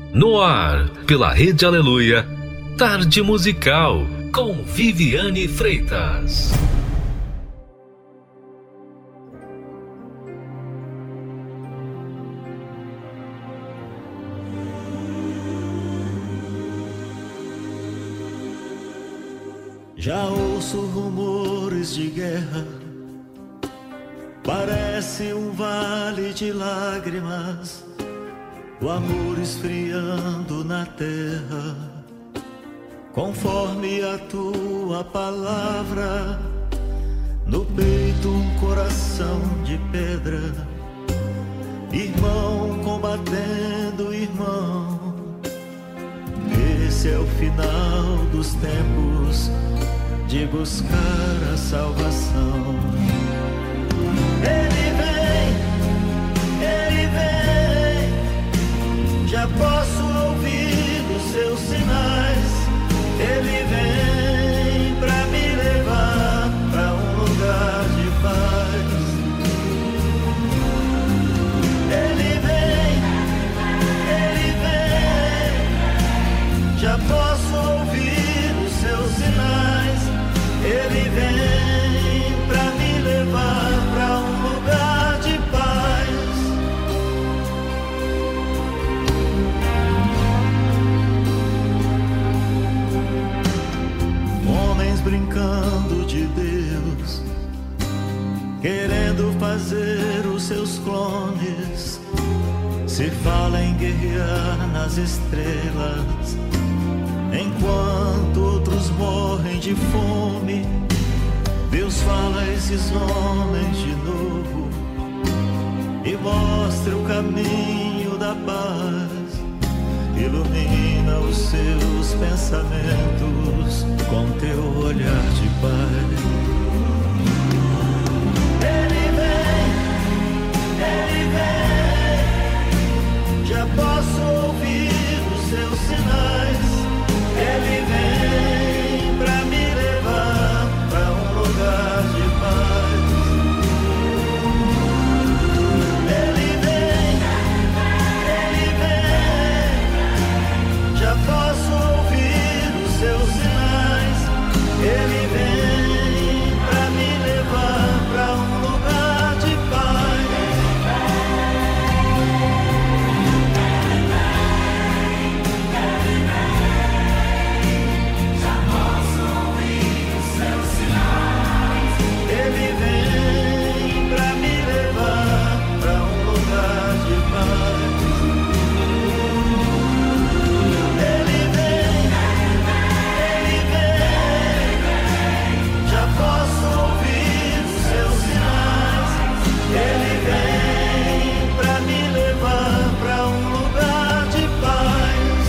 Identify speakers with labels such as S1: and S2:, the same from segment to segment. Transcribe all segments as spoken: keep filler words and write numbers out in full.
S1: No ar, pela Rede Aleluia, Tarde Musical, com Viviane Freitas.
S2: Já ouço rumores de guerra, parece um vale de lágrimas, o amor esfriando na terra, conforme a tua palavra. No peito um coração de pedra, irmão combatendo irmão. Esse é o final dos tempos de buscar a salvação. Ele vem, ele vem, já posso ouvir os seus sinais. Ele vem pra me levar pra um lugar de paz. Ele vem, ele vem, já posso ouvir os seus sinais. Ele vem pra me levar pra um lugar de paz. Homens brincando de Deus, querendo fazer os seus clones. Se fala em guerrear nas estrelas, enquanto outros morrem de fome. Deus fala a esses homens de novo e mostra o caminho da paz. Ilumina os seus pensamentos com teu olhar de paz. Ele vem, ele vem, já posso ouvir os seus sinais. Ele vem pra me levar pra um lugar de paz. Ele vem, ele vem, já posso ouvir os seus sinais. Ele vem pra me levar pra um lugar de paz. Ele vem pra me levar pra um lugar de paz. Ele vem, ele vem, já posso ouvir os seus sinais. Ele vem pra me levar pra um lugar de paz.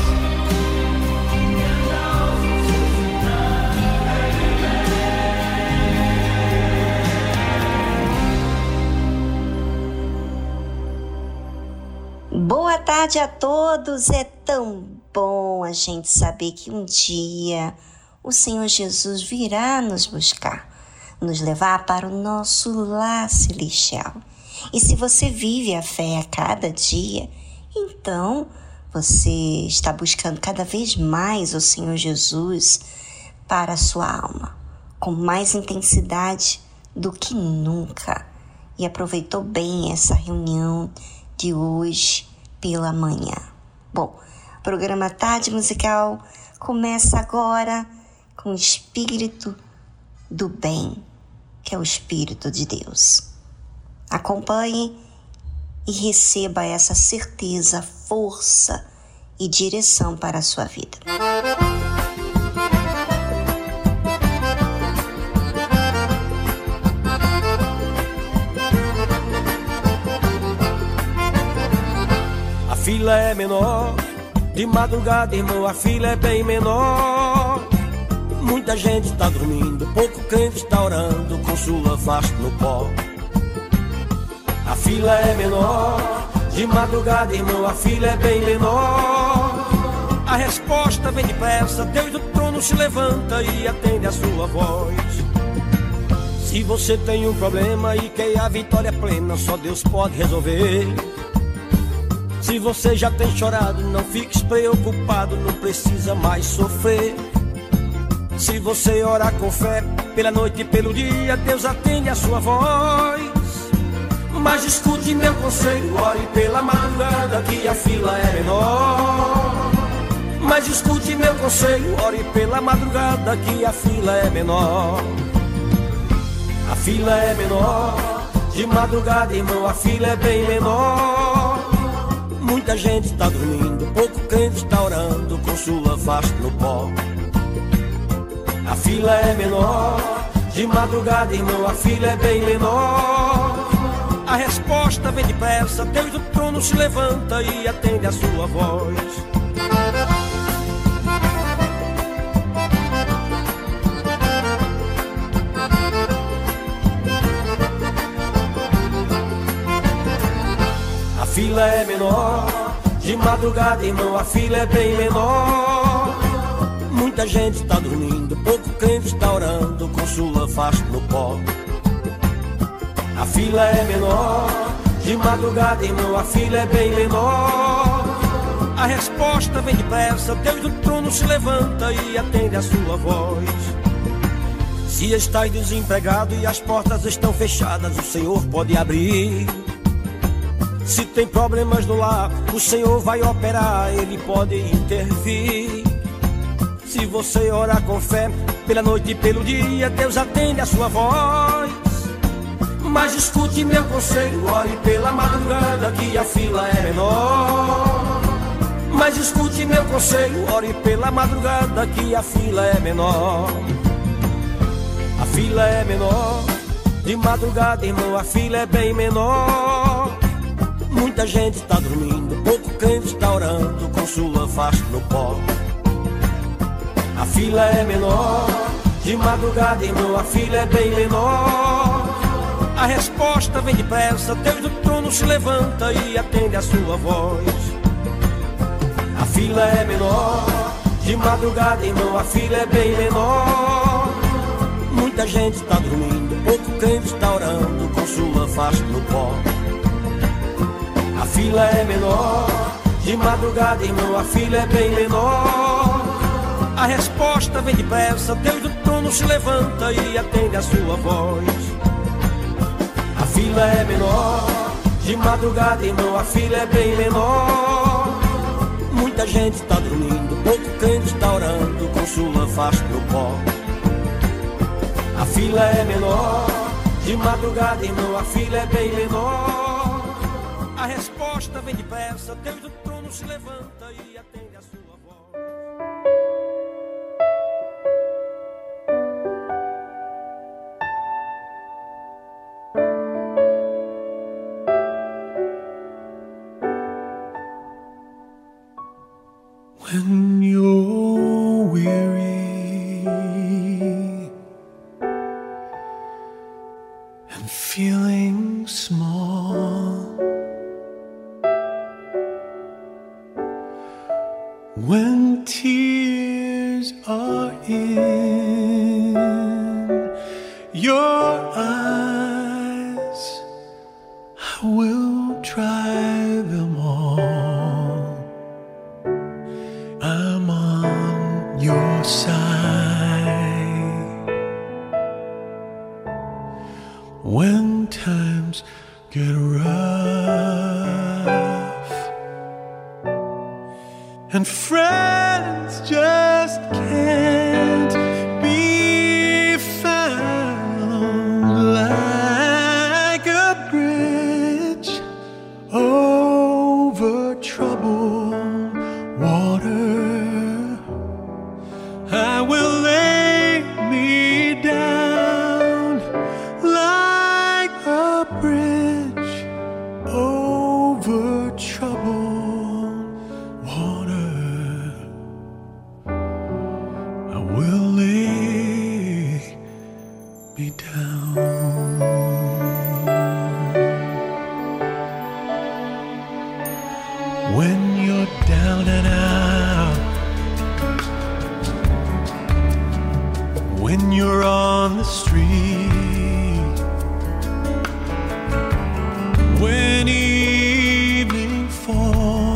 S3: Boa tarde a todos. É tão bom a gente saber que um dia o Senhor Jesus virá nos buscar, nos levar para o nosso lar celestial. E se você vive a fé a cada dia, então você está buscando cada vez mais o Senhor Jesus para a sua alma, com mais intensidade do que nunca. E aproveitou bem essa reunião de hoje pela manhã. Bom, o programa Tarde Musical começa agora com o Espírito do Bem, que é o Espírito de Deus. Acompanhe e receba essa certeza, força e direção para a sua vida.
S4: A fila é menor, de madrugada, irmão, a fila é bem menor. Muita gente está dormindo, pouco crente está orando com sua face no pó. A fila é menor, de madrugada, irmão, a fila é bem menor. A resposta vem depressa, Deus do trono se levanta e atende a sua voz. Se você tem um problema e quer a vitória plena, só Deus pode resolver. Se você já tem chorado, não fiques preocupado, não precisa mais sofrer. Se você orar com fé, pela noite e pelo dia, Deus atende a sua voz. Mas escute meu conselho, ore pela madrugada, que a fila é menor. Mas escute meu conselho, ore pela madrugada, que a fila é menor. A fila é menor, de madrugada, irmão, a fila é bem menor. Muita gente está dormindo, pouco crente está orando, com sua face no pó. A fila é menor, de madrugada, irmão, a fila é bem menor. A resposta vem depressa, Deus do trono se levanta e atende a sua voz. A fila é menor, de madrugada, irmão, a fila é bem menor. Muita gente está dormindo, pouco crente está orando, com sua face no pó. A fila é menor, de madrugada, irmão, a fila é bem menor. A resposta vem depressa, Deus do trono se levanta e atende a sua voz. Se estás desempregado e as portas estão fechadas, o Senhor pode abrir. Se tem problemas no lar, o Senhor vai operar, Ele pode intervir. Se você orar com fé, pela noite e pelo dia, Deus atende a sua voz. Mas escute meu conselho, ore pela madrugada, que a fila é menor. Mas escute meu conselho, ore pela madrugada, que a fila é menor. A fila é menor, de madrugada, irmão, a fila é bem menor. Muita gente está dormindo, pouco crente está orando, com sua face no pó. A fila é menor, de madrugada, irmão, a fila é bem menor. A resposta vem depressa, Deus do trono se levanta e atende a sua voz. A fila é menor, de madrugada, irmão, a fila é bem menor. Muita gente está dormindo, pouco crente está orando, com sua face no pó. A fila é menor, de madrugada, irmão, a fila é bem menor. A resposta vem depressa, Deus do trono se levanta e atende a sua voz. A fila é menor, de madrugada, irmão, a fila é bem menor. Muita gente está dormindo, pouco crente está orando, com sua face no pó. A fila é menor, de madrugada, irmão, a fila é bem menor. A resposta vem depressa, Deus do trono se levanta e atende a sua voz.
S2: When you're weary and feeling small, when tears are in your eyes, I will dry them all. I'm on your side. When times get rough and friends just can't be found, like a bridge over troubled water, I will lay me down like a bridge over troubled water. I will lay me down. When you're down and out, when you're on the street, when evening falls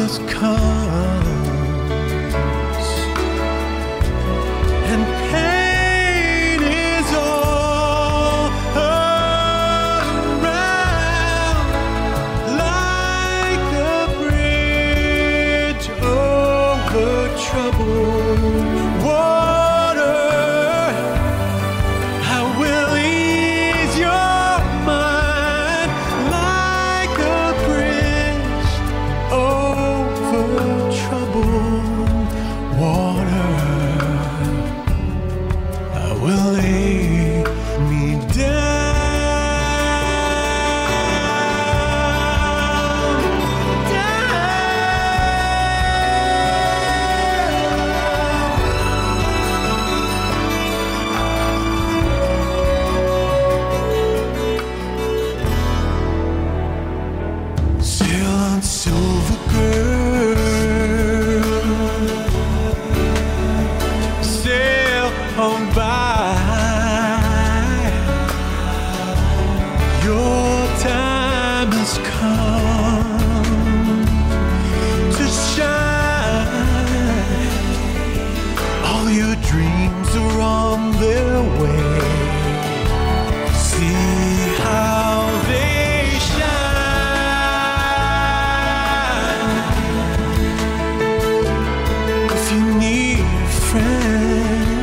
S2: darkness comes and pain is all around, like a bridge over troubled water, I will ease your mind like a bridge over troubled water. I will lay me down, down. Sail on, silver girl, sail on by. Your time has come to shine. All your dreams are on their way. See how they shine. If you need a friend,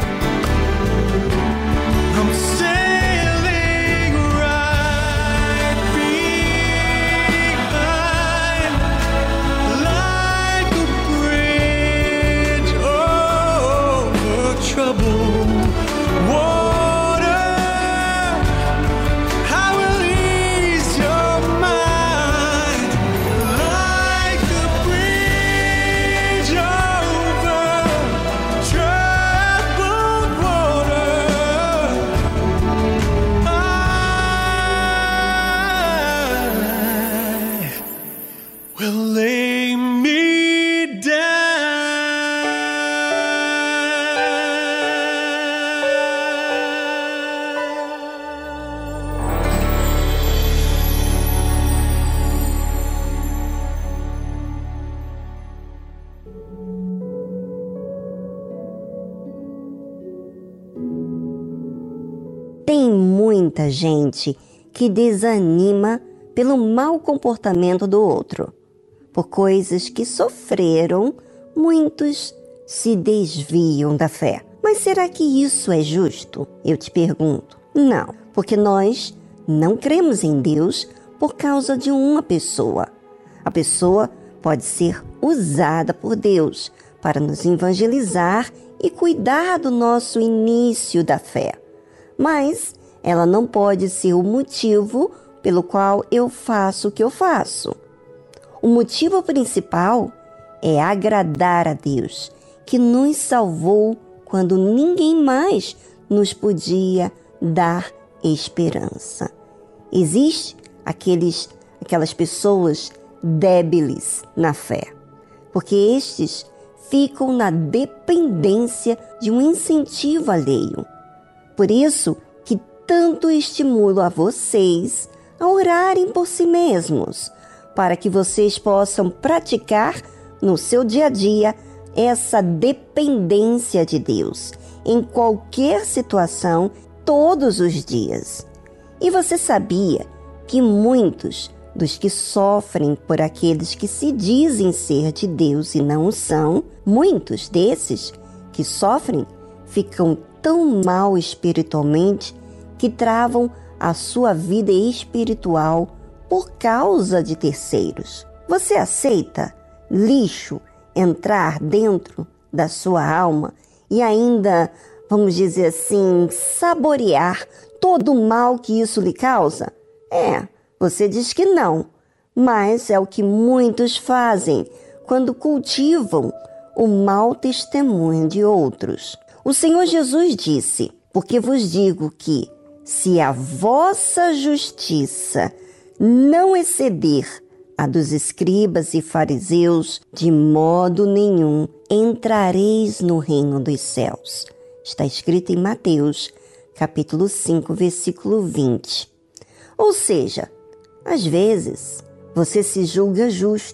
S2: I'm sailing right behind, like a bridge over troubled water. I will ease your mind like a bridge over troubled water. I will lay me down.
S3: Tem muita gente que desanima pelo mau comportamento do outro. Por coisas que sofreram, muitos se desviam da fé. Mas será que isso é justo? Eu te pergunto. Não, porque nós não cremos em Deus por causa de uma pessoa. A pessoa pode ser usada por Deus para nos evangelizar e cuidar do nosso início da fé. Mas ela não pode ser o motivo pelo qual eu faço o que eu faço. O motivo principal é agradar a Deus, que nos salvou quando ninguém mais nos podia dar esperança. Existem aqueles, aquelas pessoas débeis na fé, porque estes ficam na dependência de um incentivo alheio. Por isso que tanto estimulo a vocês a orarem por si mesmos, para que vocês possam praticar no seu dia a dia essa dependência de Deus, em qualquer situação, todos os dias. E você sabia que muitos dos que sofrem por aqueles que se dizem ser de Deus e não o são, muitos desses que sofrem ficam tão mal espiritualmente que travam a sua vida espiritual por causa de terceiros. Você aceita lixo entrar dentro da sua alma e ainda, vamos dizer assim, saborear todo o mal que isso lhe causa? É, você diz que não, mas é o que muitos fazem quando cultivam o mau testemunho de outros. O Senhor Jesus disse: porque vos digo que, se a vossa justiça não exceder a dos escribas e fariseus, de modo nenhum entrareis no reino dos céus. Está escrito em Mateus, capítulo cinco, versículo vinte. Ou seja, às vezes você se julga justo,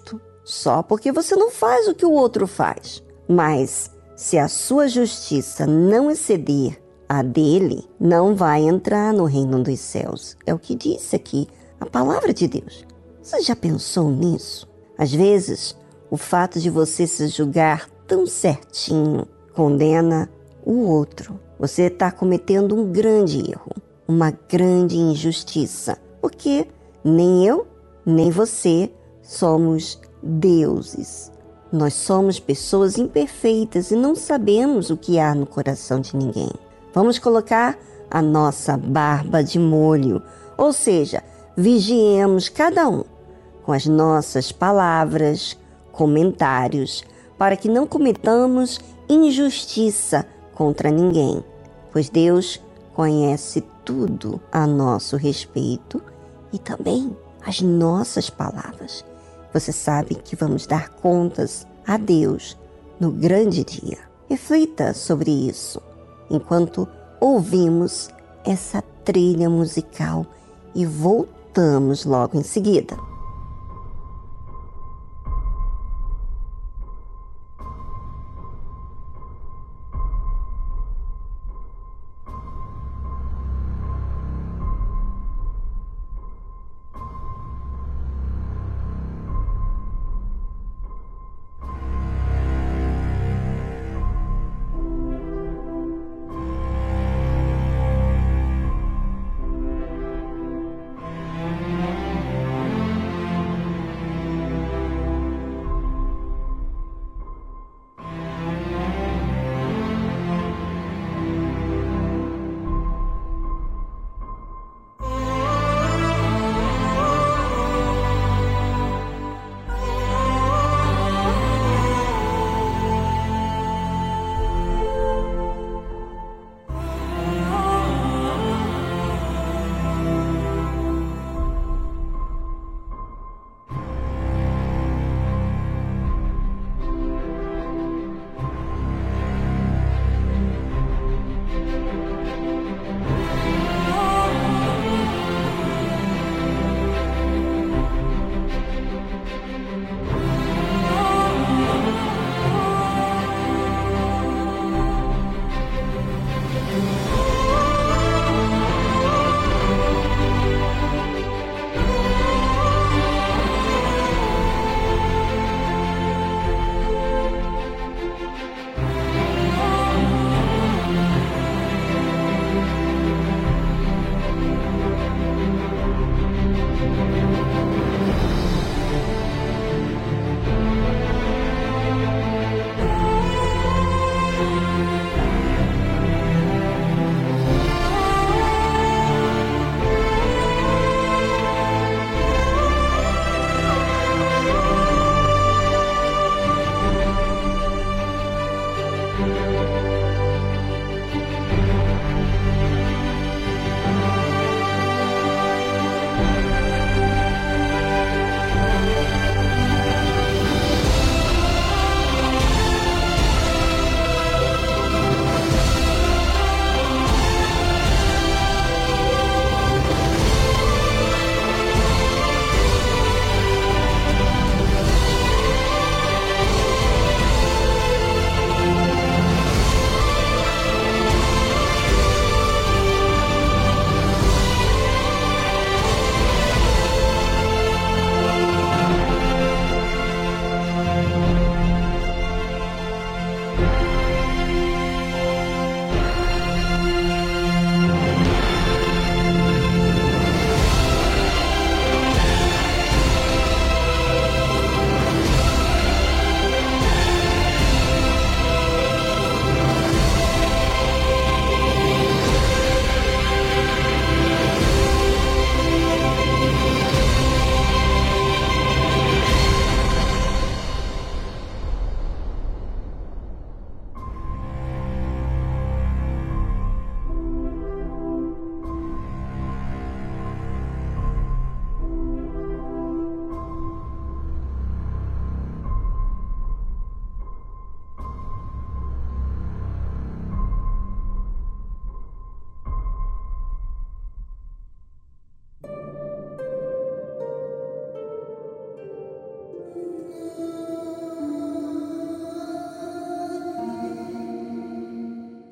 S3: só porque você não faz o que o outro faz. Mas se a sua justiça não exceder a dele, não vai entrar no reino dos céus. É o que disse aqui a palavra de Deus. Você já pensou nisso? Às vezes, o fato de você se julgar tão certinho condena o outro. Você está cometendo um grande erro, uma grande injustiça, porque nem eu, nem você somos deuses. Nós somos pessoas imperfeitas e não sabemos o que há no coração de ninguém. Vamos colocar a nossa barba de molho, ou seja, vigiemos cada um com as nossas palavras, comentários, para que não cometamos injustiça contra ninguém, pois Deus conhece tudo a nosso respeito e também as nossas palavras. Você sabe que vamos dar contas a Deus no grande dia. Reflita sobre isso enquanto ouvimos essa trilha musical e voltamos logo em seguida.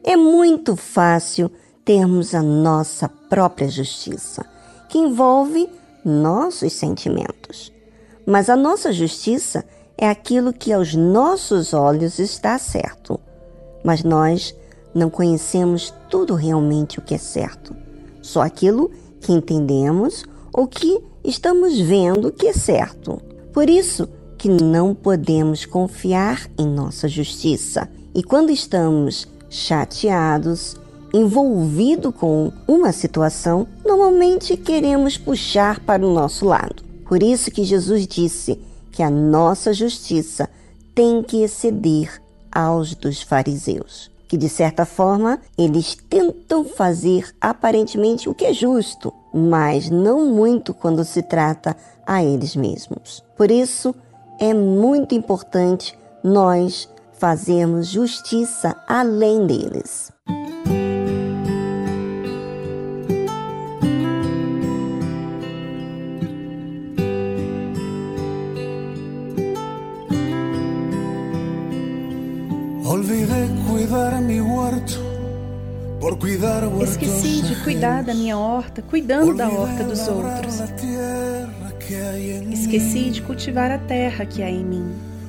S3: É muito fácil termos a nossa própria justiça, que envolve nossos sentimentos. Mas a nossa justiça é aquilo que aos nossos olhos está certo. Mas nós não conhecemos tudo realmente o que é certo. Só aquilo que entendemos ou que estamos vendo que é certo. Por isso que não podemos confiar em nossa justiça. E quando estamos chateados, envolvidos com uma situação, normalmente queremos puxar para o nosso lado. Por isso que Jesus disse que a nossa justiça tem que exceder aos dos fariseus, que de certa forma eles tentam fazer aparentemente o que é justo, mas não muito quando se trata a eles mesmos. Por isso é muito importante nós fazermos justiça além deles.
S5: Esqueci de cuidar da minha horta, cuidando da horta dos outros. Esqueci de cultivar a terra que há em mim.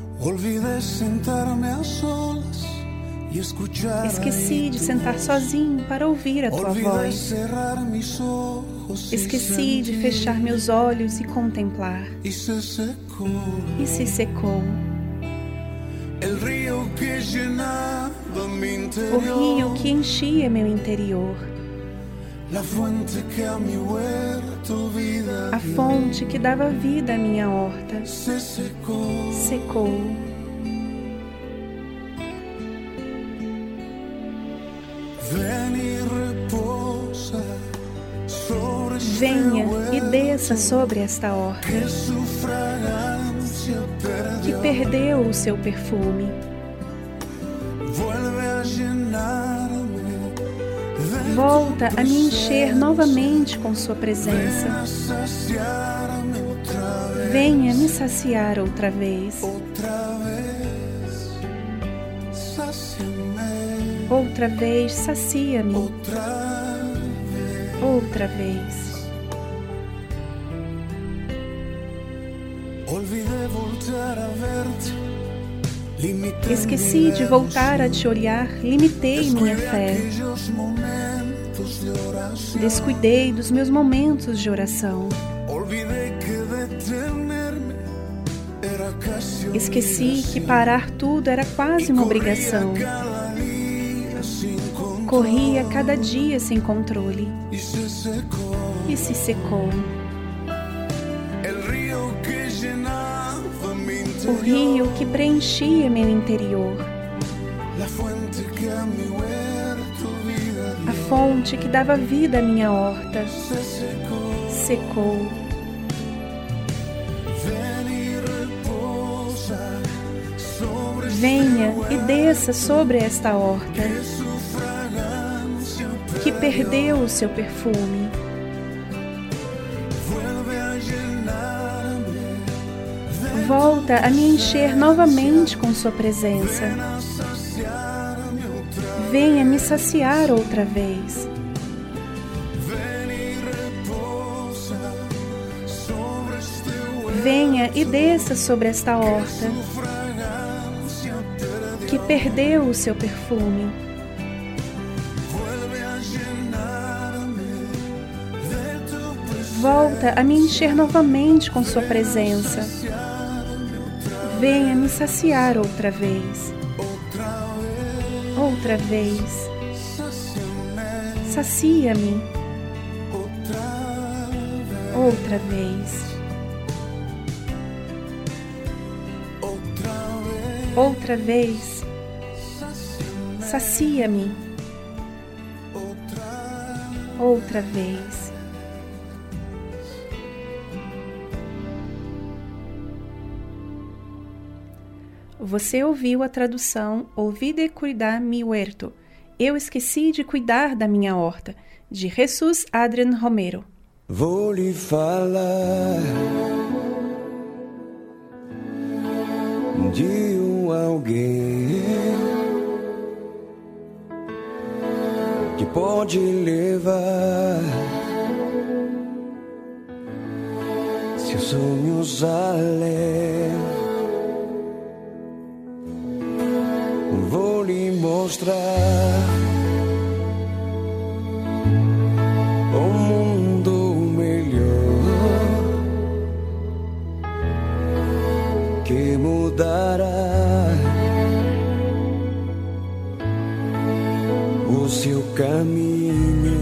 S5: Esqueci de sentar sozinho para ouvir a tua voz. Esqueci de fechar meus olhos e contemplar. E se secou. O rio que enchia meu interior. A fonte que dava vida à minha horta secou. Venha e desça sobre esta horta que perdeu o seu perfume. Volta a me encher novamente com sua presença. Venha me saciar outra vez. Outra vez, sacia-me. Outra vez. Esqueci de voltar a te olhar, limitei minha fé. Descuidei dos meus momentos de oração. Esqueci que parar tudo era quase uma obrigação. Corria cada dia sem controle. E se secou. O rio que preenchia meu interior. A fonte que dava vida à minha horta secou. Venha e desça sobre esta horta que perdeu o seu perfume. Volta a me encher novamente com sua presença. Venha me saciar outra vez. Venha e desça sobre esta horta que perdeu o seu perfume. Volta a me encher novamente com sua presença. Venha me saciar outra vez. Outra vez. Sacia-me. Outra vez. Outra vez. Sacia-me. Outra vez. Você ouviu a tradução Olvidé cuidar mi huerto. Eu esqueci de cuidar da minha horta, de Jesus Adrian Romero.
S6: Vou lhe falar de um alguém pode levar seus sonhos além. Vou lhe mostrar um mundo melhor que mudará o seu caminho.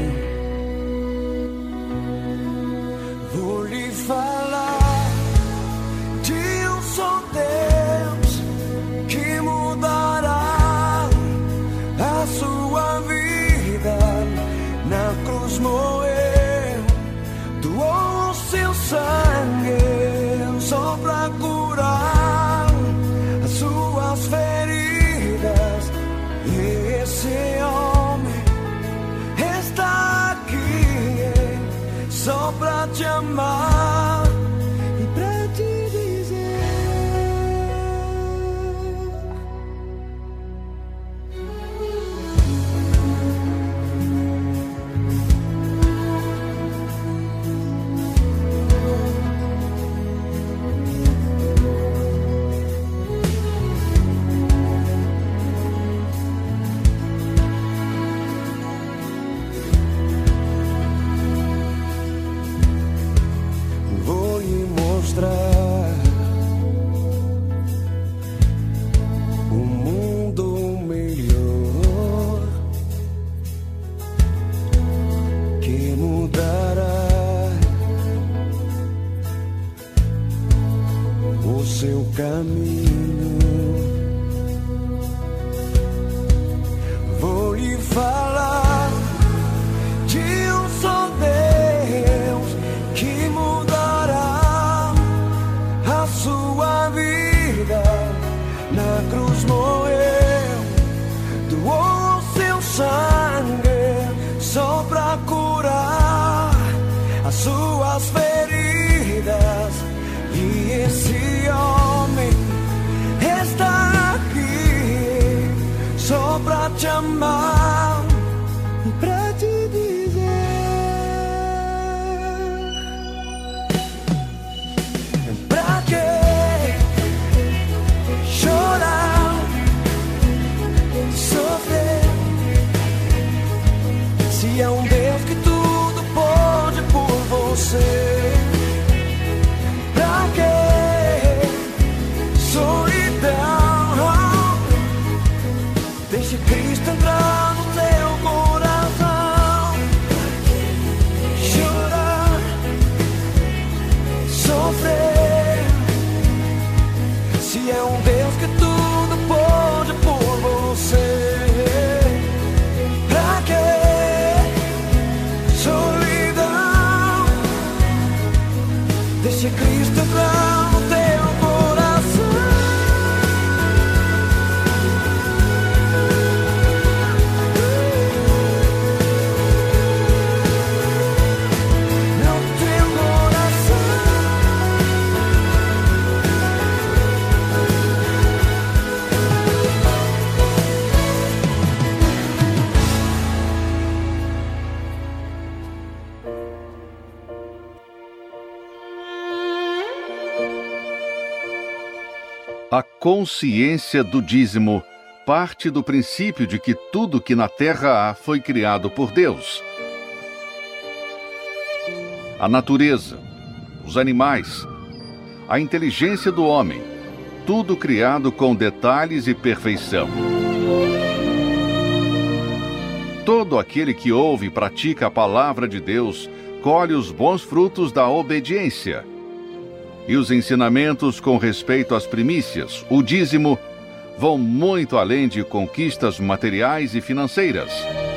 S6: Vou lhe falar de um só Deus que mudará a sua vida. Na cruz morreu, doou o seu sangue só pra curar as suas feridas. E esse homem está aqui só pra te amar e pra te dizer: vou lhe mostrar um mundo melhor que mudará o seu caminho. Vou lhe falar de um só Deus que mudará a sua vida. Na cruz morreu, doou o seu sangue só pra curar as suas feridas. E esse homem está aqui só pra te amar e pra te dizer: pra que chorar, sofrer, se é um Deus que tudo pode por você? Pra que solidão? Deixe Cristo entrar no teu coração. Chorar, sofrer, se é um Deus que tudo pode por você. Pra que solidão? Deixe Cristo entrar no teu coração. No teu coração.
S7: A consciência do dízimo parte do princípio de que tudo que na terra há foi criado por Deus. A natureza, os animais, a inteligência do homem, tudo criado com detalhes e perfeição. Todo aquele que ouve e pratica a palavra de Deus colhe os bons frutos da obediência. E os ensinamentos com respeito às primícias, o dízimo, vão muito além de conquistas materiais e financeiras.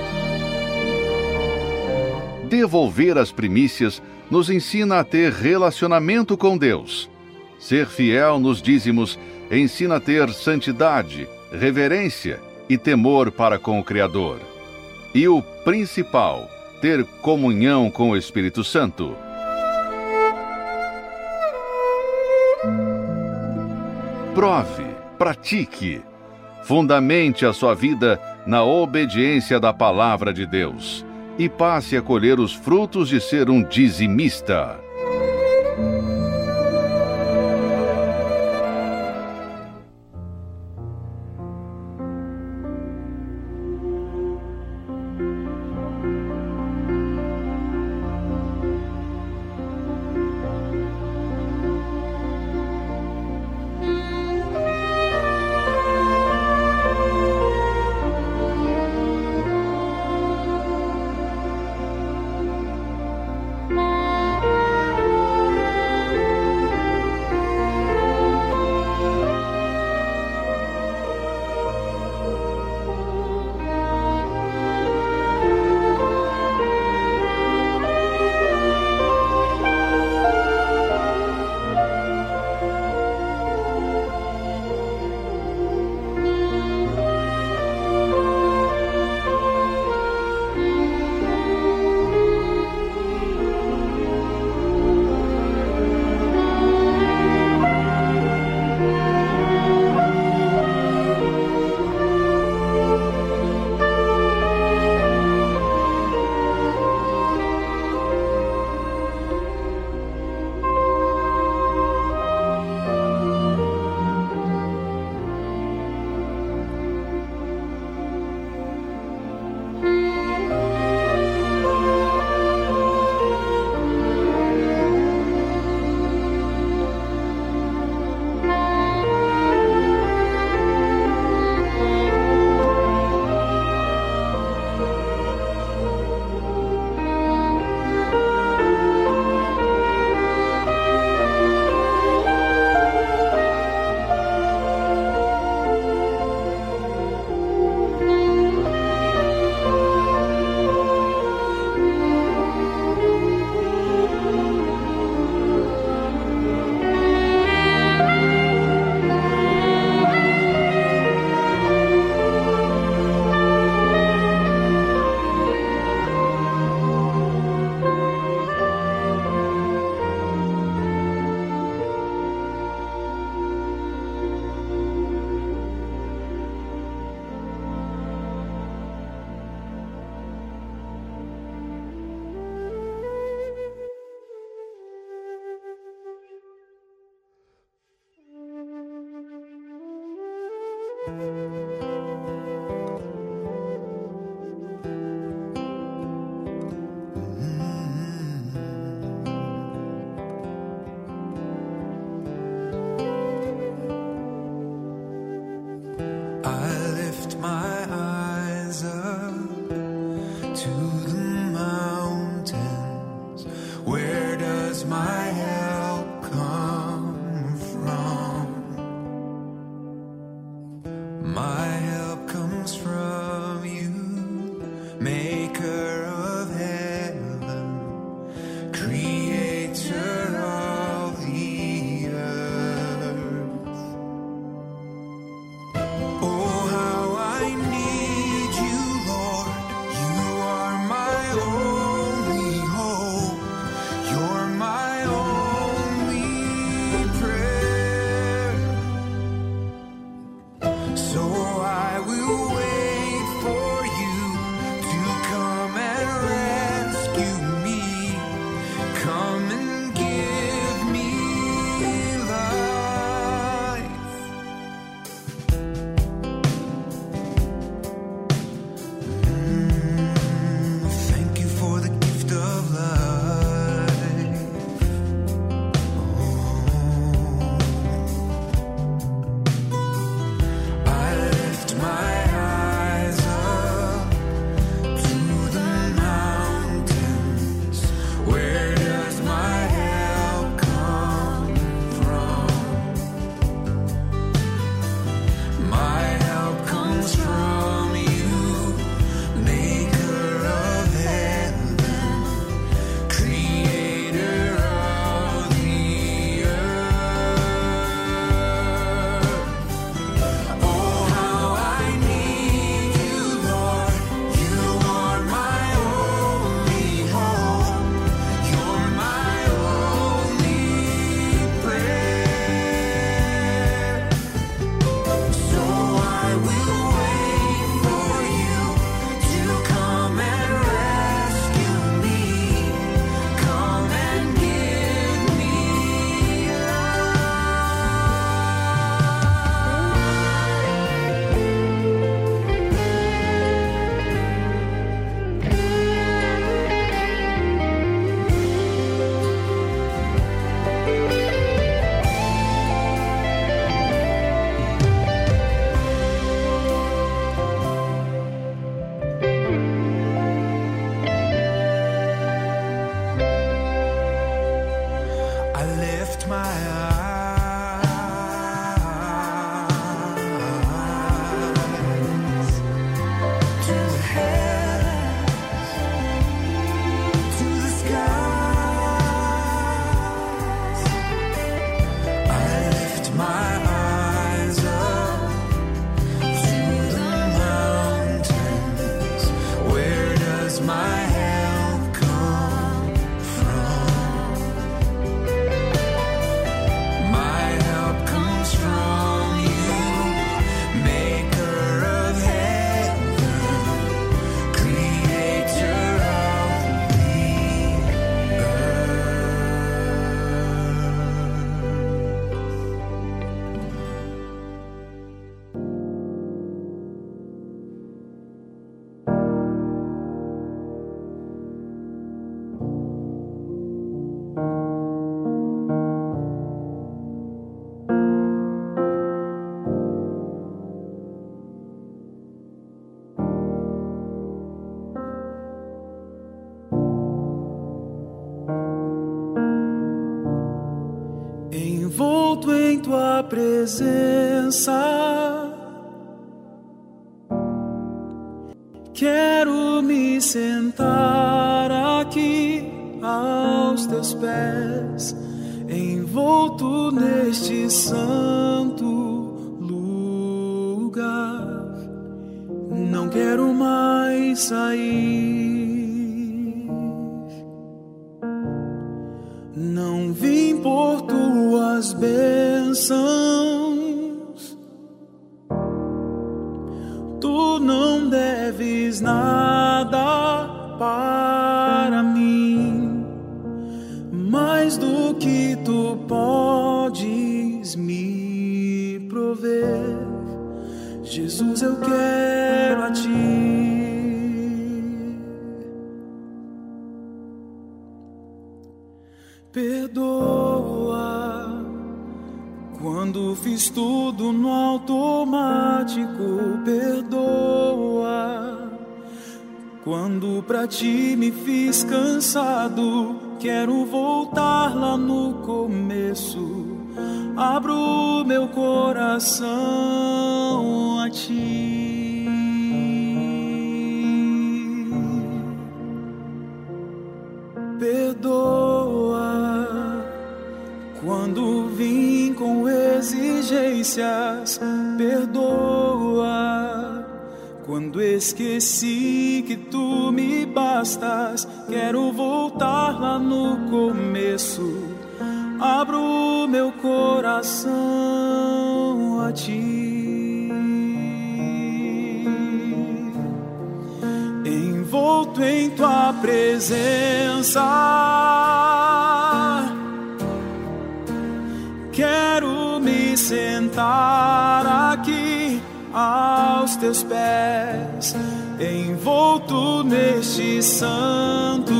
S7: Devolver as primícias nos ensina a ter relacionamento com Deus. Ser fiel nos dízimos ensina a ter santidade, reverência e temor para com o Criador. E o principal, ter comunhão com o Espírito Santo. Prove, pratique, fundamente a sua vida na obediência da palavra de Deus e passe a colher os frutos de ser um dizimista.
S8: You're my own.
S6: I lift my eyes to the heavens, to the skies. I lift my eyes up to the mountains. Where does my help come from? My help comes from you, maker of heaven, creator of the earth.
S8: Envolto em tua presença, quero me sentar aqui aos teus pés, envolto neste santo lugar. Não quero mais sair. Não vim por tuas bênçãos, tu não deves nada para mim, mais do que tu podes me prover. Jesus, eu quero a ti. Perdoa quando fiz tudo no automático. Perdoa quando pra ti me fiz cansado. Quero voltar lá no começo. Abro meu coração a ti. Perdoa quando vim com exigências. Perdoa quando esqueci que tu me bastas. Quero voltar lá no começo. Abro meu coração a ti. Envolto em tua presença, quero me sentar aqui aos teus pés, envolto neste santo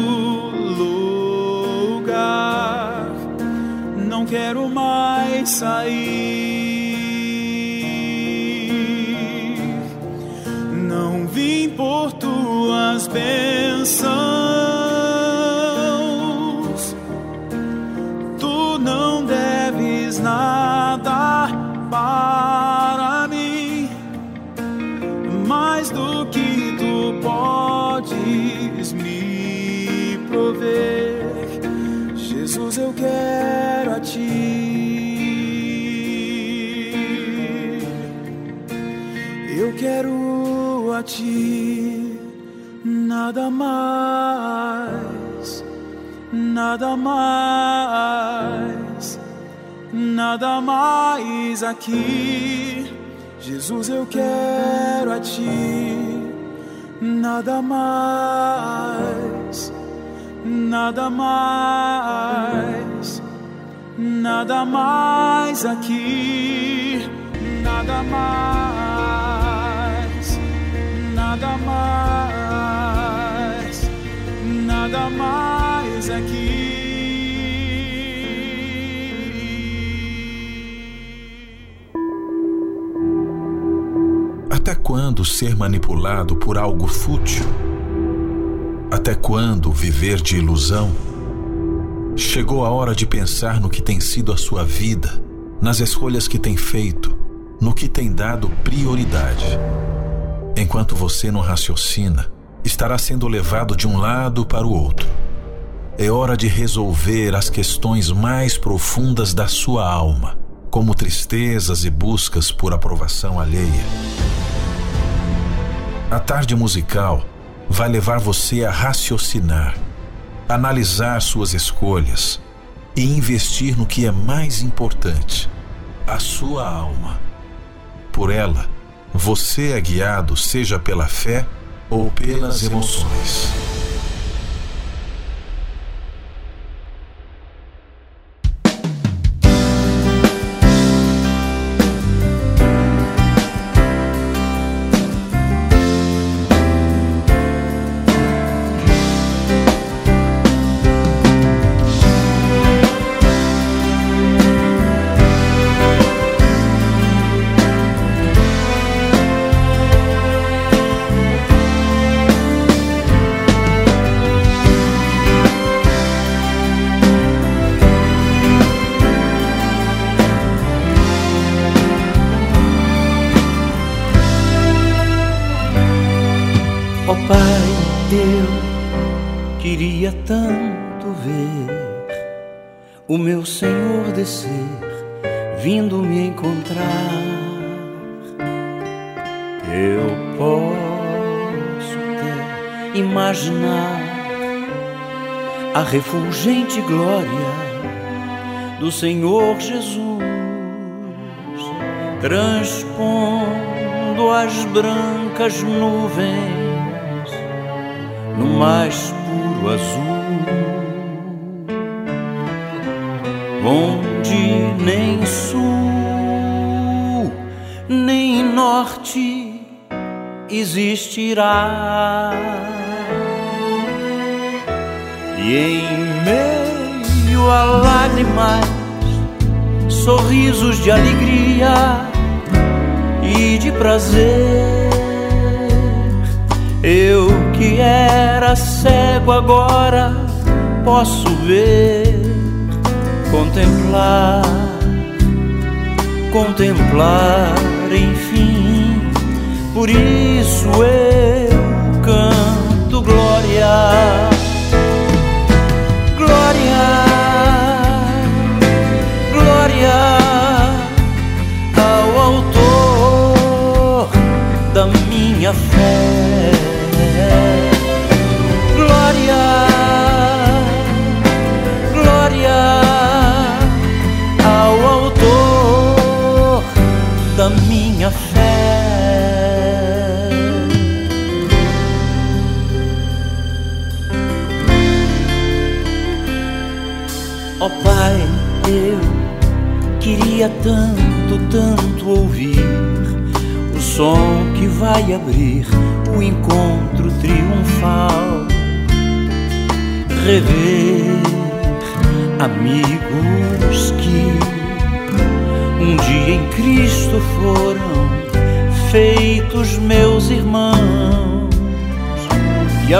S8: lugar. Não quero mais sair. Não vim por tuas bênçãos, tu não deves nada para mim, mais do que tu podes me prover. Jesus, eu quero a ti. Eu quero a ti, nada mais, nada mais, nada mais aqui. Jesus, eu quero a ti, nada mais, nada mais, nada mais aqui, nada mais, nada mais, nada mais aqui.
S9: Até quando ser manipulado por algo fútil? Até quando viver de ilusão? Chegou a hora de pensar no que tem sido a sua vida, nas escolhas que tem feito, no que tem dado prioridade. Enquanto você não raciocina, estará sendo levado de um lado para o outro. É hora de resolver as questões mais profundas da sua alma, como tristezas e buscas por aprovação alheia. A tarde musical vai levar você a raciocinar, analisar suas escolhas e investir no que é mais importante, a sua alma. Por ela, você é guiado, seja pela fé ou pelas emoções.
S10: Queria tanto ver o meu Senhor descer, vindo me encontrar. Eu posso até imaginar a refulgente glória do Senhor Jesus, transpondo as brancas nuvens no mais puro azul, onde nem sul nem norte existirá. E em meio a lágrimas, sorrisos de alegria e de prazer, eu que era cego agora posso ver, contemplar, contemplar, enfim. Por isso eu canto glória, glória, glória ao autor da minha fé. Glória, glória ao autor da minha fé. Ó Pai, eu queria tanto, tanto ouvir o som que vai abrir o encontro triunfal, rever amigos que um dia em Cristo foram feitos meus irmãos, e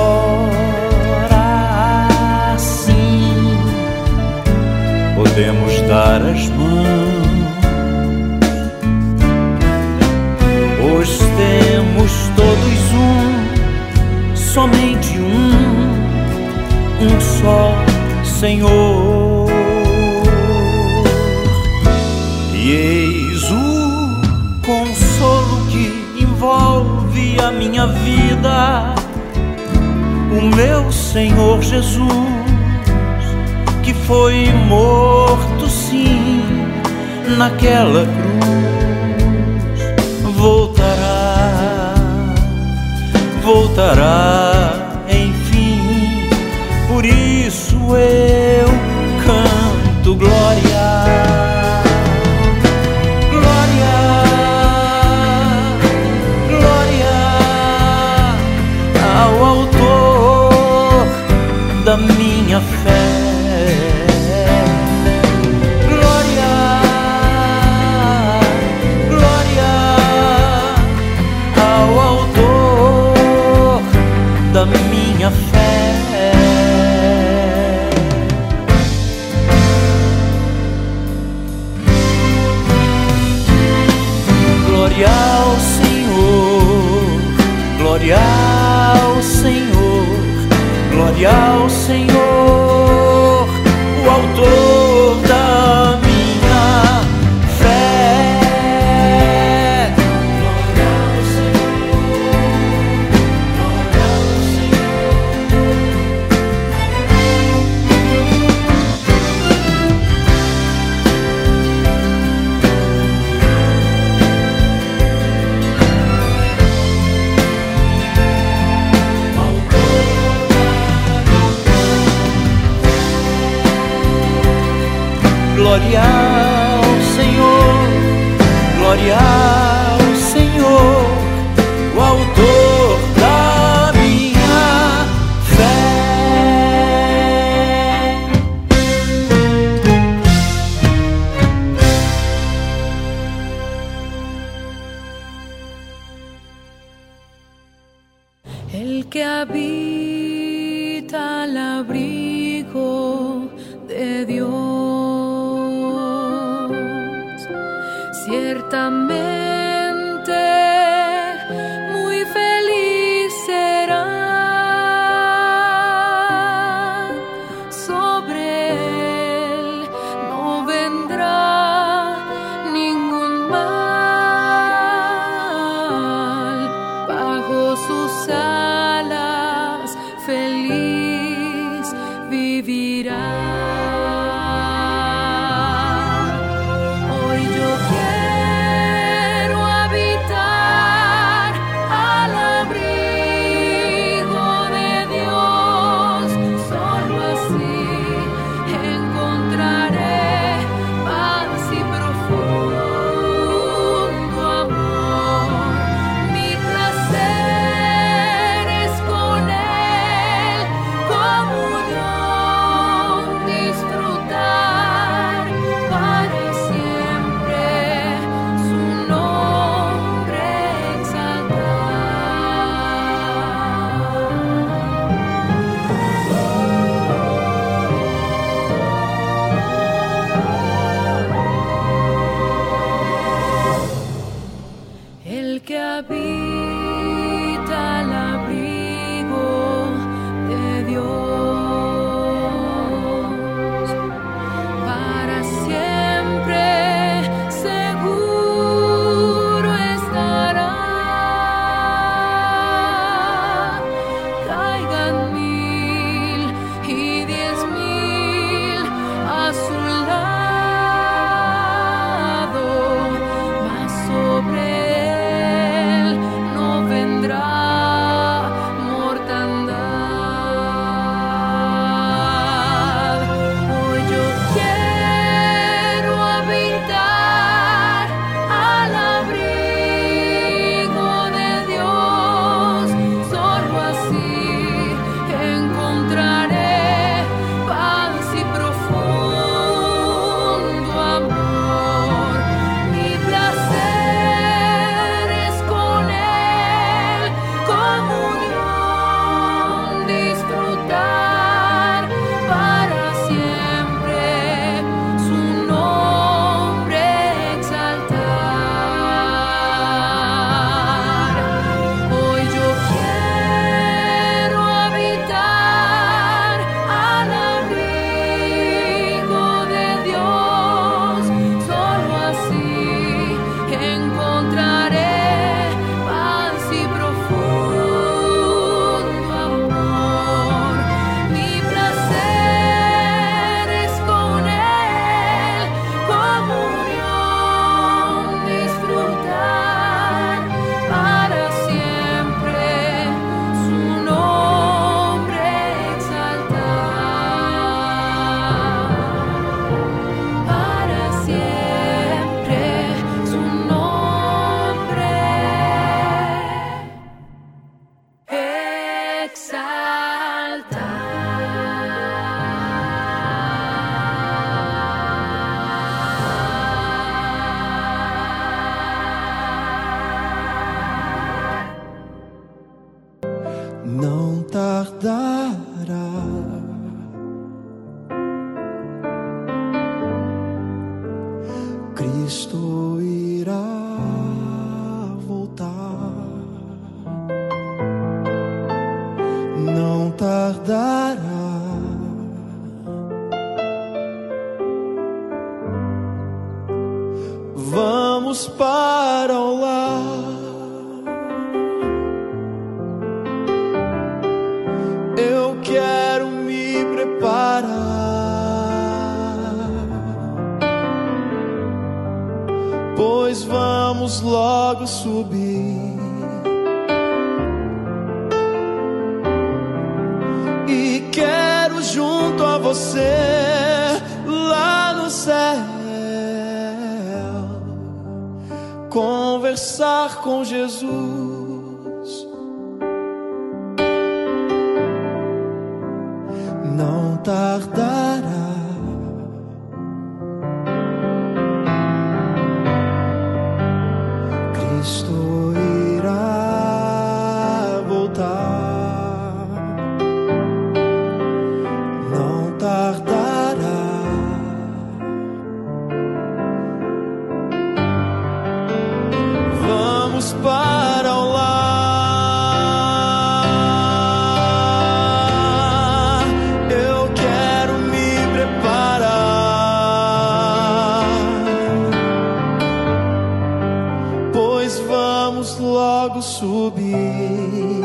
S10: agora sim podemos dar as mãos, pois temos todos um, somente um, um só Senhor. E eis o consolo que envolve a minha vida, o meu Senhor Jesus, que foi morto sim naquela cruz, voltará, voltará, enfim. Por isso eu canto glória, glória, glória ao autor da minha fé. Glória, glória ao autor Glória ao Senhor, glória ao Senhor, o autor da minha fé. Glória ao Senhor, glória ao Glória ao Senhor, glória ao Senhor, o autor da minha fé.
S11: El que habita al abrigo de Dios, ciertamente muy feliz será. Sobre él no vendrá ningún mal, bajo sus alas feliz vivirá.
S12: Cristo irá voltar.
S2: Vamos para o lar. Eu quero me preparar, pois vamos logo subir e quero junto a você lá no céu conversar com Jesus. Não tardará, Cristo irá voltar. Não tardará, vamos para o lar. Logo subir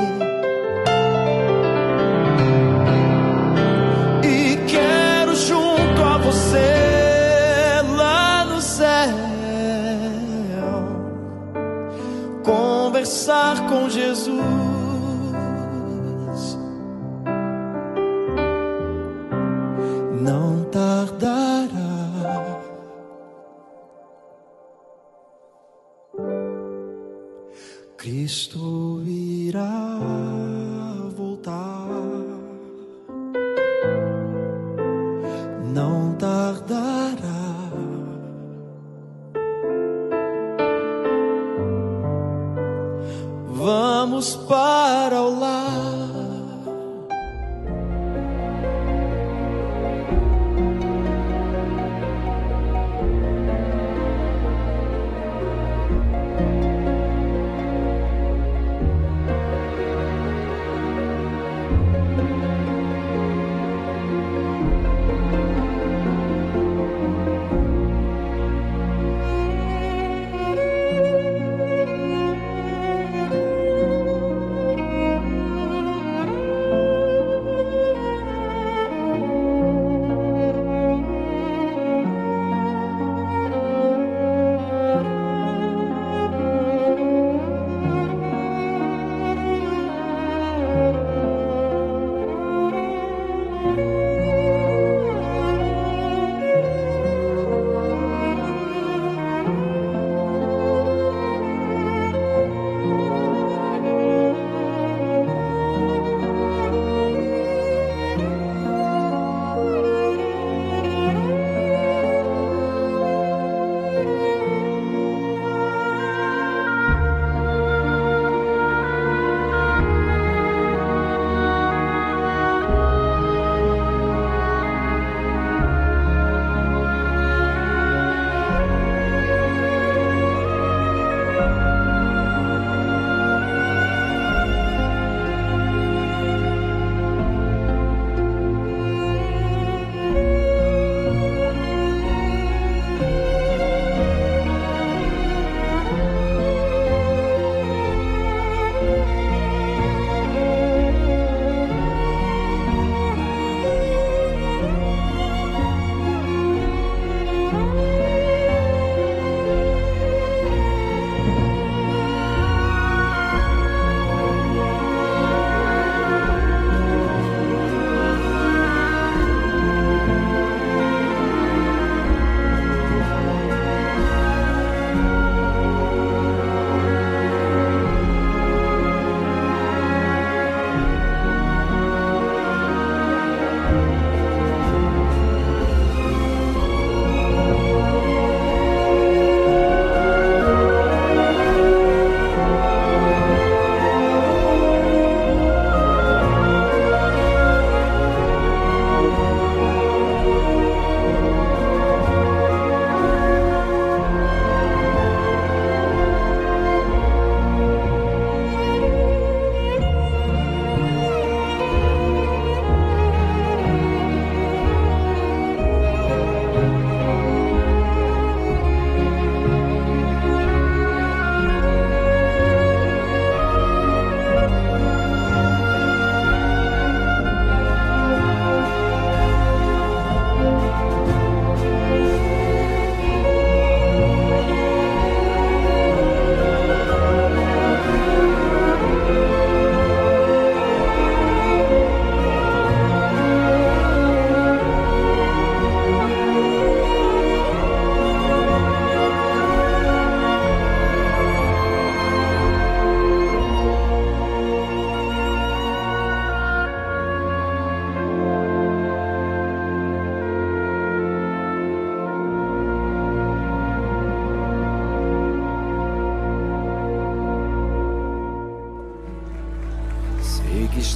S2: e quero junto a você lá no céu conversar com Jesus. Não tardará, Cristo irá voltar. Não tardará, vamos para o lar.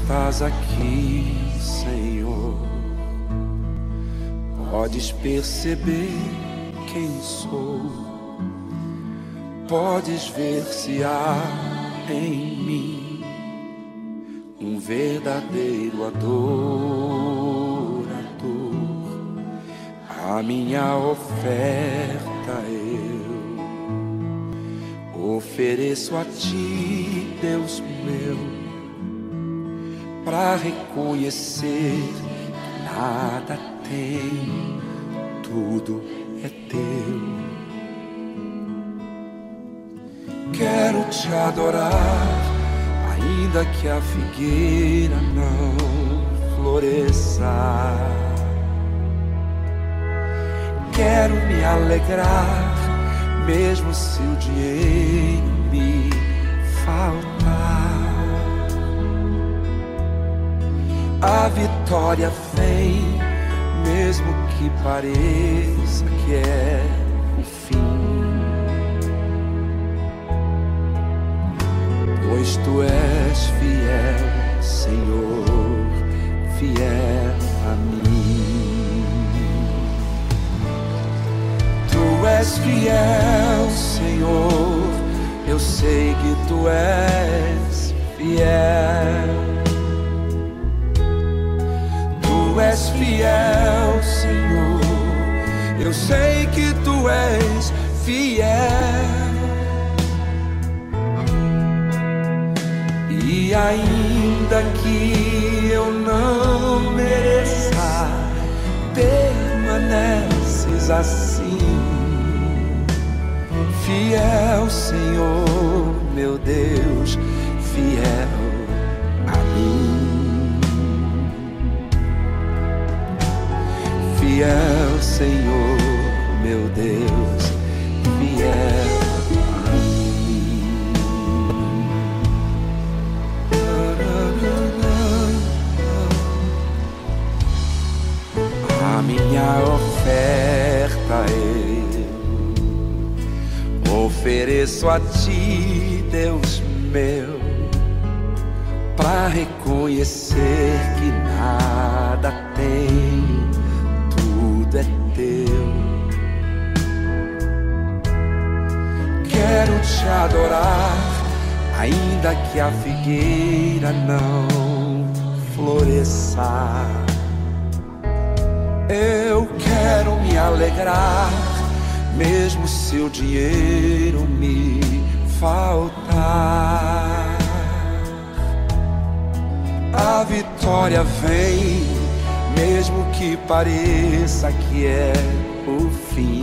S12: estás aqui, Senhor. Podes perceber quem sou, podes ver se há em mim um verdadeiro adorador. A minha oferta eu ofereço a ti, Deus meu, para reconhecer que nada tem, tudo é teu. Quero te adorar, ainda que a figueira não floresça. Quero me alegrar, mesmo se o dinheiro me faltar. A vitória vem, mesmo que pareça que é o fim. Pois tu és fiel, Senhor, fiel a mim. Tu és fiel, Senhor, eu sei que tu és fiel. Tu és fiel, Senhor, eu sei que tu és fiel. E ainda que eu não mereça, permaneces assim. Fiel, Senhor, meu Deus, fiel a mim. Fiel, Senhor, meu Deus, fiel a mim. A minha oferta eu ofereço a ti, Deus meu, pra reconhecer que nada tem, tudo é teu. Quero te adorar, ainda que a figueira não floresça. Eu quero me alegrar, mesmo se o dinheiro me faltar. A vitória vem, mesmo que pareça que é o fim.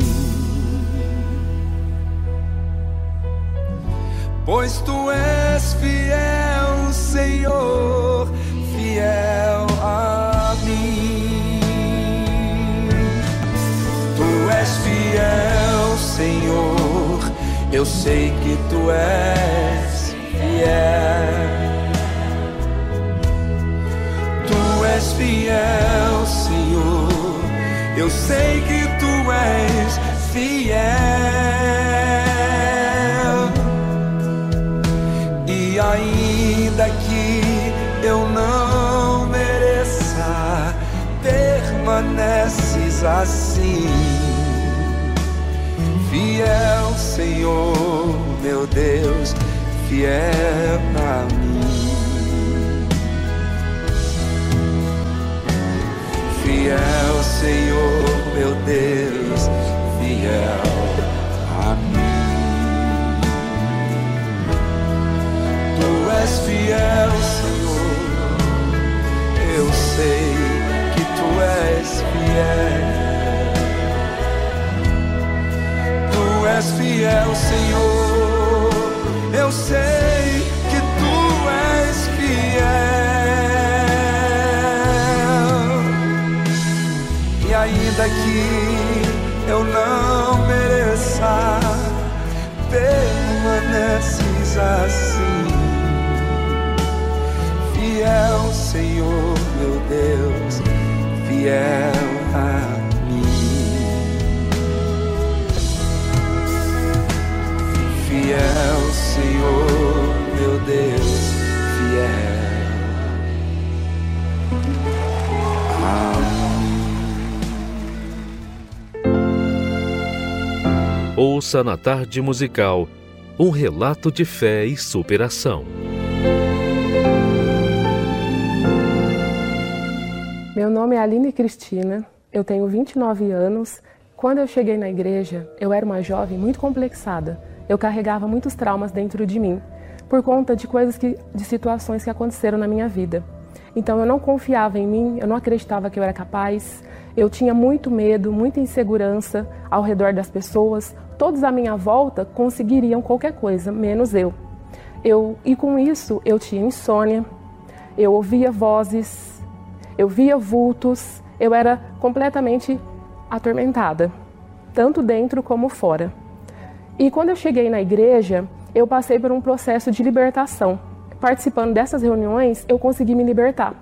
S12: Pois tu és fiel, Senhor, fiel a mim. Tu és fiel, Senhor, eu sei que tu és fiel. Tu és fiel, Senhor, eu sei que tu és fiel. E ainda que eu não mereça, permaneces assim. Fiel, Senhor, meu Deus, fiel a mim. Fiel, Senhor, meu Deus, fiel a mim. Tu és fiel, Senhor, eu sei que tu és fiel. Tu és fiel, Senhor, eu sei que tu és fiel. E ainda que eu não mereça, permaneces assim. Fiel, Senhor, meu Deus, fiel a mim. Fiel, Senhor, meu Deus, fiel
S1: Ouça na Tarde Musical um relato de fé e superação.
S13: Meu nome é Aline Cristina, eu tenho vinte e nove anos. Quando eu cheguei na igreja, eu era uma jovem muito complexada. Eu carregava muitos traumas dentro de mim, por conta de coisas que, de situações que aconteceram na minha vida. Então eu não confiava em mim, eu não acreditava que eu era capaz, eu tinha muito medo, muita insegurança ao redor das pessoas. Todos à minha volta conseguiriam qualquer coisa, menos eu. eu e com isso eu tinha insônia, eu ouvia vozes, eu via vultos, eu era completamente atormentada, tanto dentro como fora. E quando eu cheguei na igreja, eu passei por um processo de libertação. Participando dessas reuniões, eu consegui me libertar.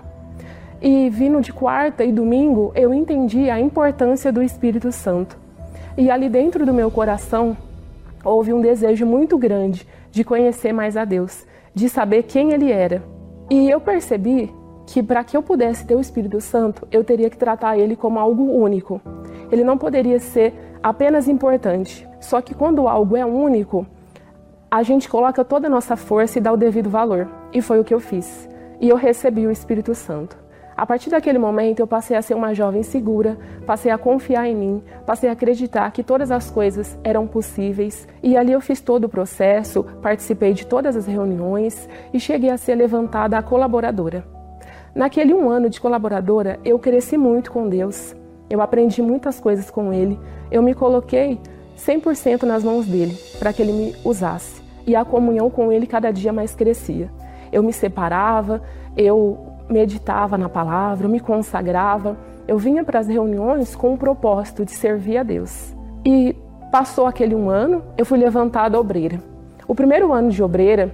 S13: E vindo de quarta e domingo, eu entendi a importância do Espírito Santo. E ali dentro do meu coração, houve um desejo muito grande de conhecer mais a Deus, de saber quem Ele era. E eu percebi que para que eu pudesse ter o Espírito Santo, eu teria que tratar Ele como algo único. Ele não poderia ser apenas importante. Só que quando algo é único, a gente coloca toda a nossa força e dá o devido valor. E foi o que eu fiz. E eu recebi o Espírito Santo. A partir daquele momento, eu passei a ser uma jovem segura, passei a confiar em mim, passei a acreditar que todas as coisas eram possíveis. E ali eu fiz todo o processo, participei de todas as reuniões e cheguei a ser levantada a colaboradora. Naquele um ano de colaboradora, eu cresci muito com Deus. Eu aprendi muitas coisas com Ele. Eu me coloquei cem por cento nas mãos dele, para que Ele me usasse. E a comunhão com Ele cada dia mais crescia. Eu me separava, eu meditava na palavra, eu me consagrava. Eu vinha para as reuniões com o propósito de servir a Deus. E passou aquele um ano, eu fui levantada obreira. O primeiro ano de obreira,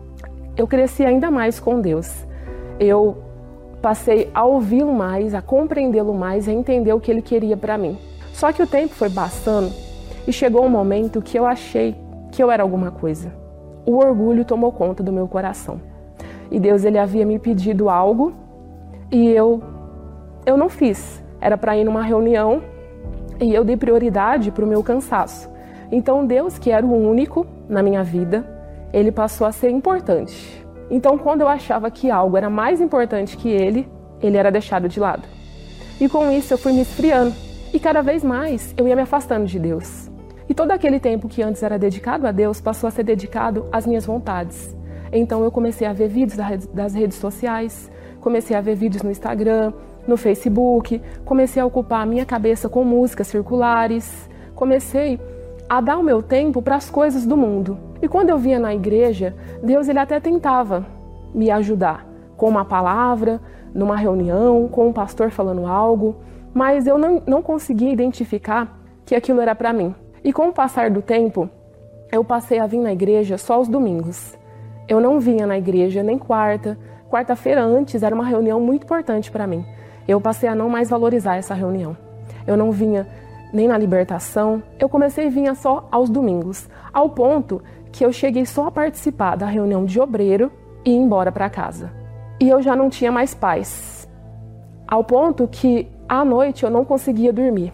S13: eu cresci ainda mais com Deus. Eu passei a ouvi-lo mais, a compreendê-lo mais, a entender o que Ele queria para mim. Só que o tempo foi passando e chegou um momento que eu achei que eu era alguma coisa. O orgulho tomou conta do meu coração. E Deus, Ele havia me pedido algo e eu, eu não fiz. Era para ir numa reunião e eu dei prioridade para o meu cansaço. Então Deus, que era o único na minha vida, Ele passou a ser importante. Então quando eu achava que algo era mais importante que Ele, Ele era deixado de lado. E com isso eu fui me esfriando. E cada vez mais eu ia me afastando de Deus. E todo aquele tempo que antes era dedicado a Deus passou a ser dedicado às minhas vontades. Então eu comecei a ver vídeos das redes sociais, comecei a ver vídeos no Instagram, no Facebook, comecei a ocupar a minha cabeça com músicas circulares, comecei a dar o meu tempo para as coisas do mundo. E quando eu vinha na igreja, Deus ele até tentava me ajudar com uma palavra, numa reunião, com um pastor falando algo, mas eu não, não conseguia identificar que aquilo era para mim. E com o passar do tempo, eu passei a vir na igreja só aos domingos. Eu não vinha na igreja nem quarta. Quarta-feira antes era uma reunião muito importante para mim. Eu passei a não mais valorizar essa reunião. Eu não vinha nem na libertação. Eu comecei a vir só aos domingos, ao ponto que eu cheguei só a participar da reunião de obreiro e ir embora para casa. E eu já não tinha mais paz. Ao ponto que à noite eu não conseguia dormir.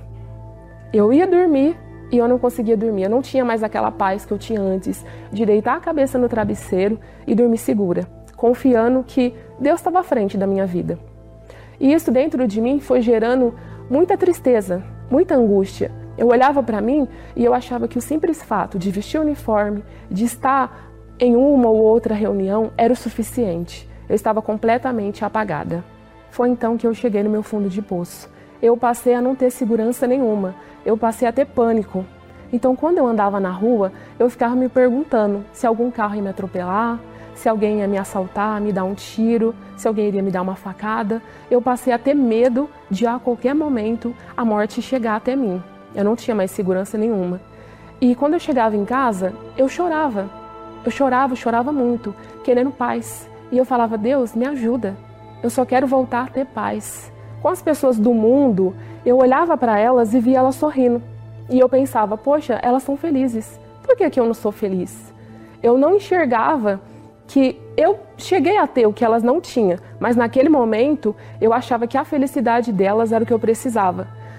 S13: Eu ia dormir e eu não conseguia dormir. Eu não tinha mais aquela paz que eu tinha antes de deitar a cabeça no travesseiro e dormir segura, confiando que Deus estava à frente da minha vida. E isso dentro de mim foi gerando muita tristeza, muita angústia. Eu olhava para mim e eu achava que o simples fato de vestir o uniforme, de estar em uma ou outra reunião, era o suficiente. Eu estava completamente apagada. Foi então que eu cheguei no meu fundo de poço. Eu passei a não ter segurança nenhuma. Eu passei a ter pânico. Então, quando eu andava na rua, eu ficava me perguntando se algum carro ia me atropelar, se alguém ia me assaltar, me dar um tiro, se alguém iria me dar uma facada. Eu passei a ter medo de, a qualquer momento, a morte chegar até mim. Eu não tinha mais segurança nenhuma. E quando eu chegava em casa, eu chorava. Eu chorava, chorava muito, querendo paz. E eu falava, Deus, me ajuda. Eu só quero voltar a ter paz. Com as pessoas do mundo, eu olhava para elas e via elas sorrindo. E eu pensava, poxa, elas são felizes. Por que que eu não sou feliz? Eu não enxergava que eu cheguei a ter o que elas não tinham, mas naquele momento eu achava que a felicidade delas era o que eu precisava.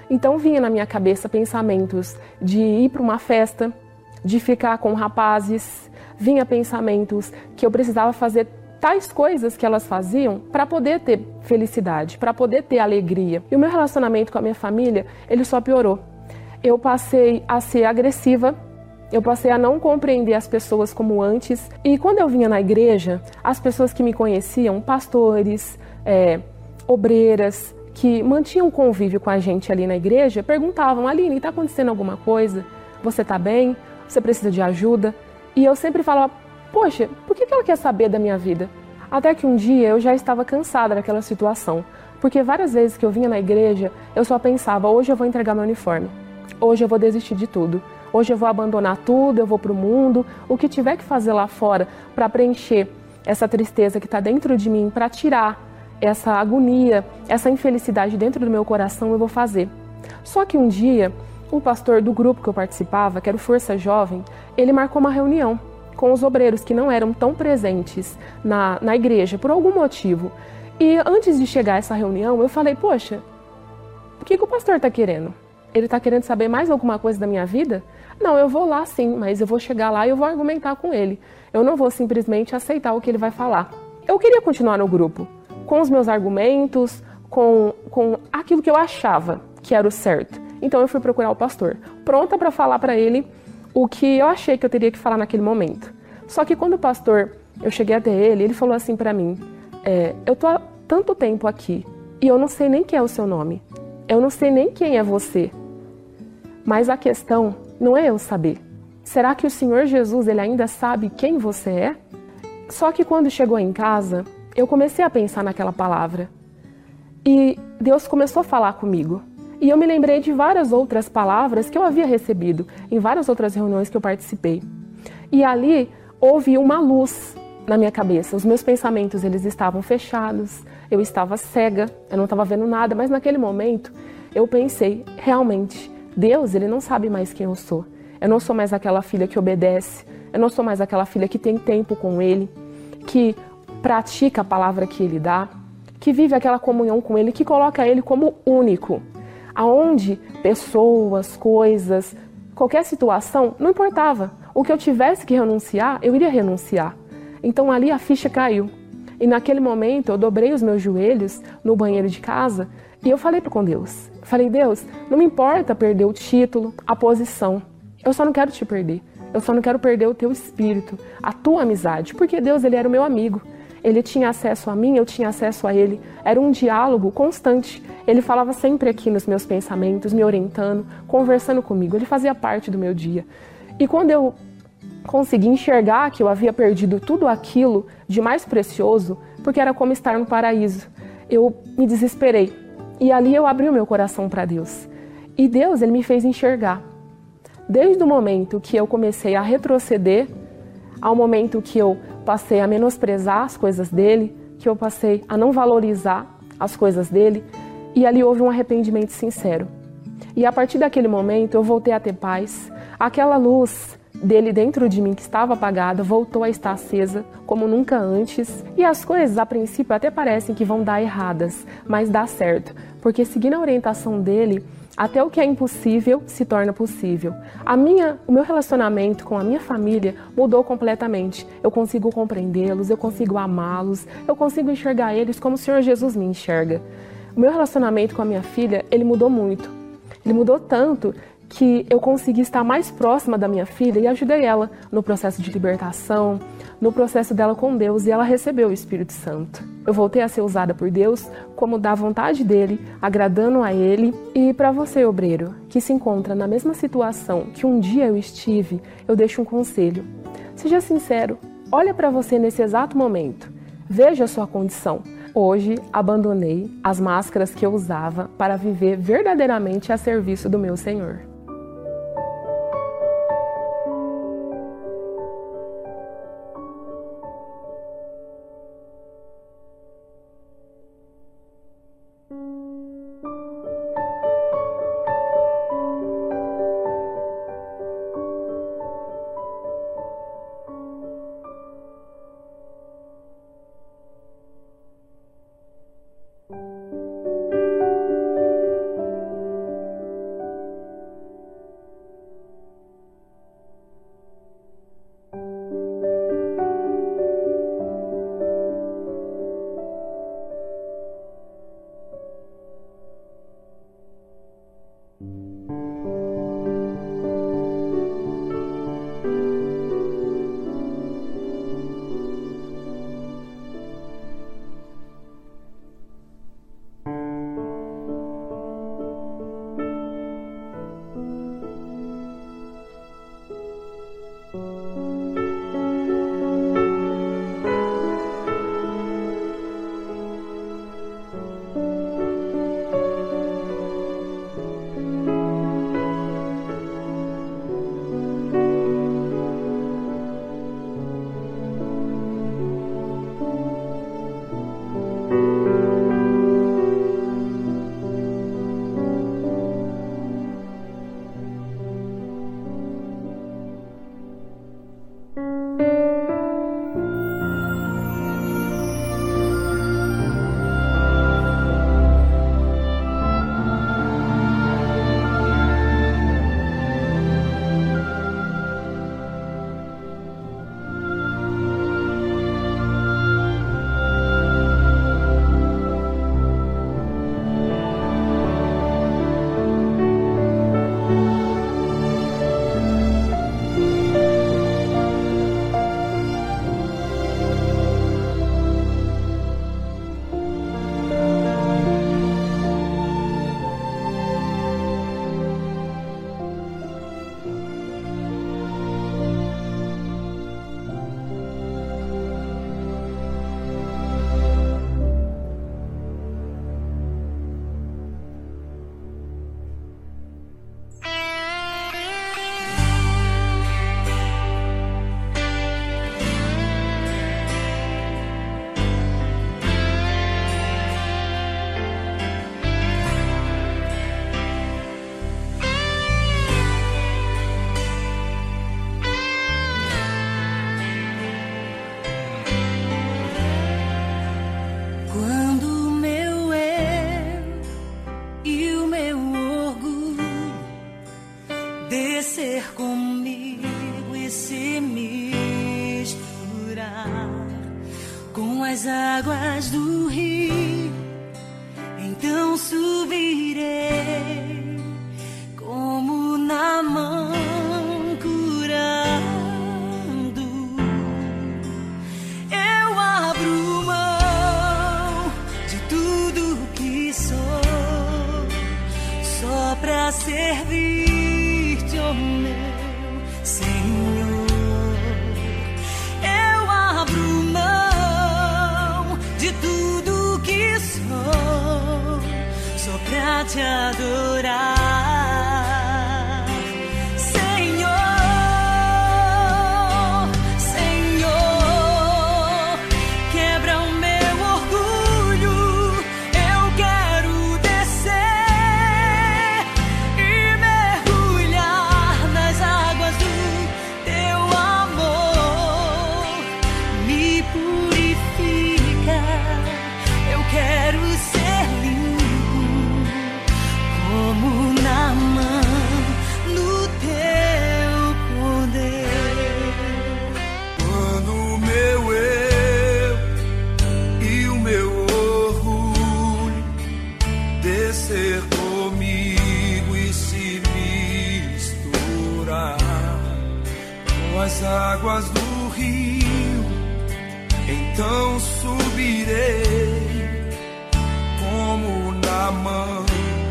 S13: Então vinha na minha cabeça pensamentos de ir para uma festa, de ficar com rapazes, vinha pensamentos que eu precisava fazer tais coisas que elas faziam para poder ter felicidade, para poder ter alegria. E o meu relacionamento com a minha família, ele só piorou. Eu passei a ser agressiva, eu passei a não compreender as pessoas como antes. E quando eu vinha na igreja, as pessoas que me conheciam, pastores, é, obreiras, que mantinham convívio com a gente ali na igreja, perguntavam: Aline, está acontecendo alguma coisa? Você está bem? Você precisa de ajuda? E eu sempre falava: poxa, por que ela quer saber da minha vida? Até que um dia eu já estava cansada daquela situação, porque várias vezes que eu vinha na igreja, eu só pensava: hoje eu vou entregar meu uniforme, hoje eu vou desistir de tudo, hoje eu vou abandonar tudo, eu vou para o mundo, o que tiver que fazer lá fora para preencher essa tristeza que está dentro de mim, para tirar essa agonia, essa infelicidade dentro do meu coração, eu vou fazer. Só que um dia, o pastor do grupo que eu participava, que era o Força Jovem, ele marcou uma reunião com os obreiros que não eram tão presentes na, na igreja, por algum motivo. E antes de chegar a essa reunião, eu falei: poxa, o que, que o pastor está querendo? Ele está querendo saber mais alguma coisa da minha vida? Não, eu vou lá sim, mas eu vou chegar lá e eu vou argumentar com ele. Eu não vou simplesmente aceitar o que ele vai falar. Eu queria continuar no grupo, com os meus argumentos, com, com aquilo que eu achava que era o certo. Então eu fui procurar o pastor, pronta para falar para ele o que eu achei que eu teria que falar naquele momento. Só que quando o pastor, eu cheguei até ele, ele falou assim para mim: é, eu tô há tanto tempo aqui e eu não sei nem quem é o seu nome, eu não sei nem quem é você, mas a questão não é eu saber. Será que o Senhor Jesus, ele ainda sabe quem você é? Só que quando chegou em casa, eu comecei a pensar naquela palavra e Deus começou a falar comigo. E eu me lembrei de várias outras palavras que eu havia recebido em várias outras reuniões que eu participei. E ali houve uma luz na minha cabeça. Os meus pensamentos, eles estavam fechados, eu estava cega, eu não estava vendo nada, mas naquele momento eu pensei: realmente, Deus, ele não sabe mais quem eu sou. Eu não sou mais aquela filha que obedece, eu não sou mais aquela filha que tem tempo com ele, que pratica a palavra que ele dá, que vive aquela comunhão com ele, que coloca ele como único. Aonde pessoas, coisas, qualquer situação, não importava. O que eu tivesse que renunciar, eu iria renunciar. Então ali a ficha caiu. E naquele momento eu dobrei os meus joelhos no banheiro de casa e eu falei com Deus. Falei: Deus, não me importa perder o título, a posição. Eu só não quero te perder. Eu só não quero perder o teu espírito, a tua amizade. Porque Deus, ele era o meu amigo. Ele tinha acesso a mim, eu tinha acesso a ele. Era um diálogo constante. Ele falava sempre aqui nos meus pensamentos, me orientando, conversando comigo. Ele fazia parte do meu dia. E quando eu consegui enxergar que eu havia perdido tudo aquilo de mais precioso, porque era como estar no paraíso, eu me desesperei. E ali eu abri o meu coração para Deus. E Deus, ele me fez enxergar. Desde o momento que eu comecei a retroceder, ao momento que eu passei a menosprezar as coisas dele, que eu passei a não valorizar as coisas dele, e ali houve um arrependimento sincero. E a partir daquele momento eu voltei a ter paz. Aquela luz dele dentro de mim que estava apagada voltou a estar acesa como nunca antes. E as coisas a princípio até parecem que vão dar erradas, mas dá certo, porque seguindo a orientação dele, até o que é impossível se torna possível. A minha, o meu relacionamento com a minha família mudou completamente. Eu consigo compreendê-los, eu consigo amá-los, eu consigo enxergar eles como o Senhor Jesus me enxerga. O meu relacionamento com a minha filha, ele mudou muito. Ele mudou tanto que eu consegui estar mais próxima da minha filha e ajudei ela no processo de libertação, no processo dela com Deus, e ela recebeu o Espírito Santo. Eu voltei a ser usada por Deus como da vontade dele, agradando a ele. E para você, obreiro, que se encontra na mesma situação que um dia eu estive, eu deixo um conselho. Seja sincero, olha para você nesse exato momento, veja a sua condição. Hoje, abandonei as máscaras que eu usava para viver verdadeiramente a serviço do meu Senhor.
S14: descer comigo e se misturar com as águas do rio, então subirei como Naamã curando. Eu abro mão de tudo que sou só pra servir-te, ó meu Senhor. Eu abro mão de tudo que sou só pra te adorar, Senhor. Senhor, quebra o meu orgulho. Eu quero descer e mergulhar nas águas do teu amor. Me purifica. Eu quero ser limpo como Naamã no teu poder.
S12: Quando o meu eu e o meu orgulho descer comigo e se misturar com as águas do rio, então subirei como Naamã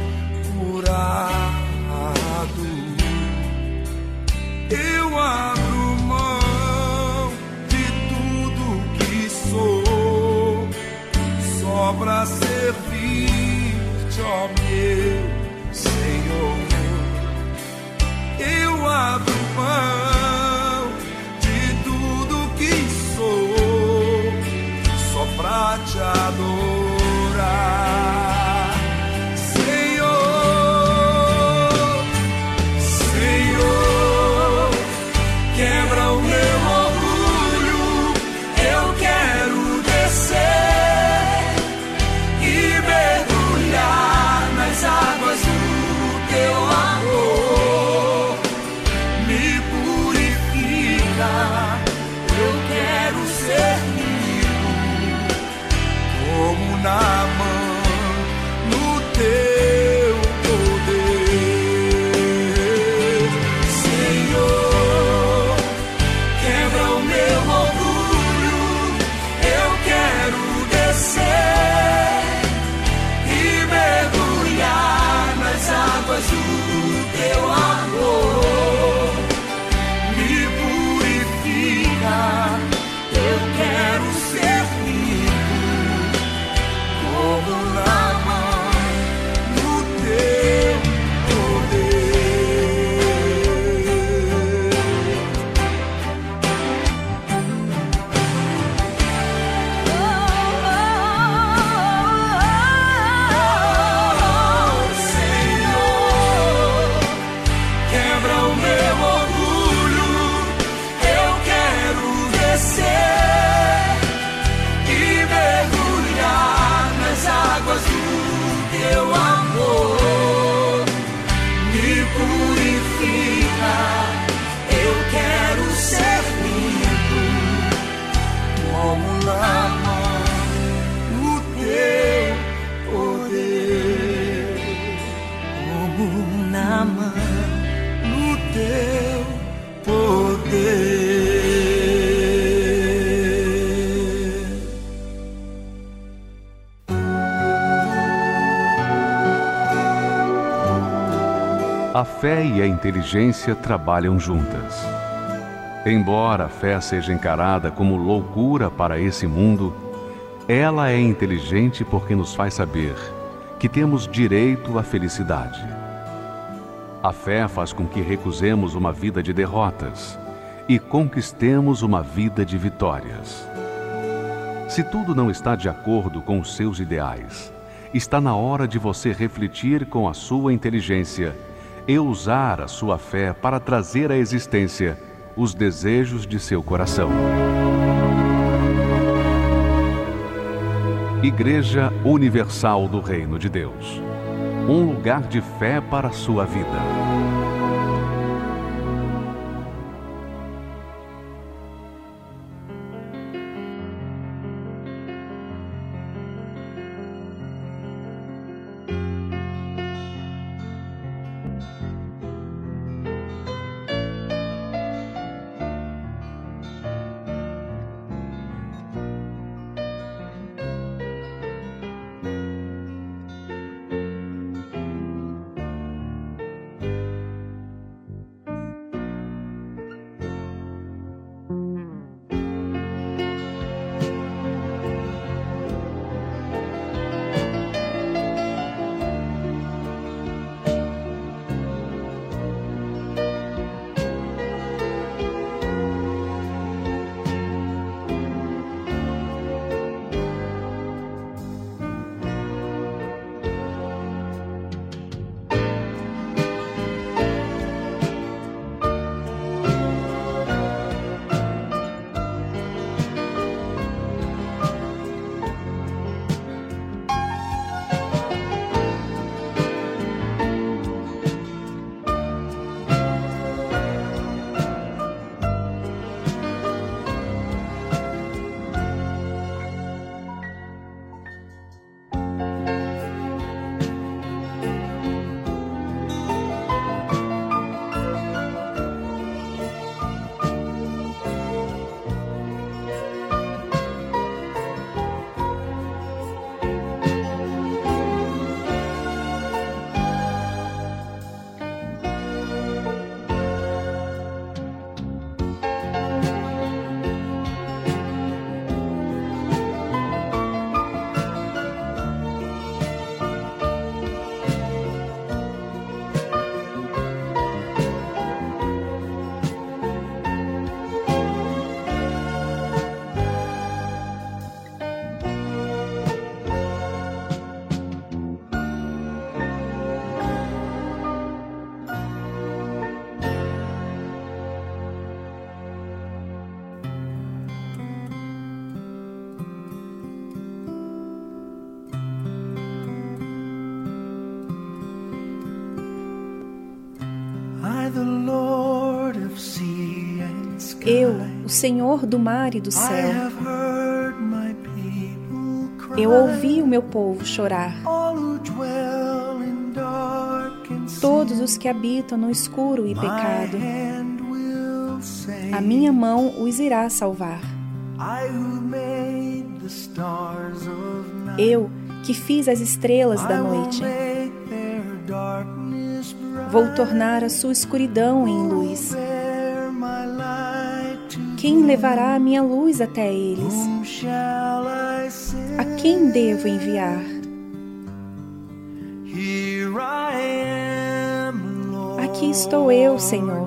S12: curado. Eu abro mão de tudo que sou só pra servir-te, ó meu Senhor. Eu abro mão de tudo que sou só pra te adorar, Senhor. Senhor, quebra o meu orgulho. Eu quero descer e mergulhar nas águas do teu amor. Me purifica. Eu quero ser limpo como Naamã no teu poder, Senhor. Quebra o meu orgulho. Eu quero descer e mergulhar nas águas do teu amor. Me purifica. Eu quero ser limpo como Naamã no teu Senhor, quebra o meu orgulho. Eu quero descer e mergulhar nas águas do teu amor. Me purifica. Eu quero ser limpo como Naamã no teu poder, como Naamã no teu poder.
S15: A fé e a inteligência trabalham juntas. Embora a fé seja encarada como loucura para esse mundo, ela é inteligente porque nos faz saber que temos direito à felicidade. A fé faz com que recusemos uma vida de derrotas e conquistemos uma vida de vitórias. Se tudo não está de acordo com os seus ideais, está na hora de você refletir com a sua inteligência e usar a sua fé para trazer à existência os desejos de seu coração. Igreja Universal do Reino de Deus. Um lugar de fé para a sua vida.
S5: Eu, o Senhor do mar e do céu. Eu ouvi o meu povo chorar. Todos os que habitam no escuro e pecado, a minha mão os irá salvar. Eu, que fiz as estrelas da noite, vou tornar a sua escuridão em luz. Quem levará a minha luz até eles? A quem devo enviar? Aqui estou eu, Senhor.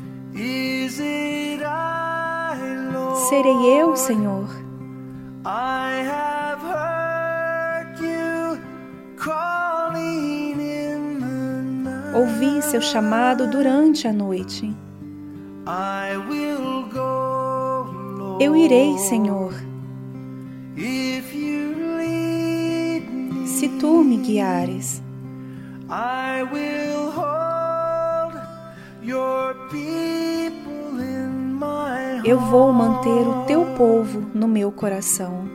S5: Serei eu, Senhor. Ouvi seu chamado durante a noite. Eu irei, Senhor. Se tu me guiares. Eu vou manter o teu povo no meu coração.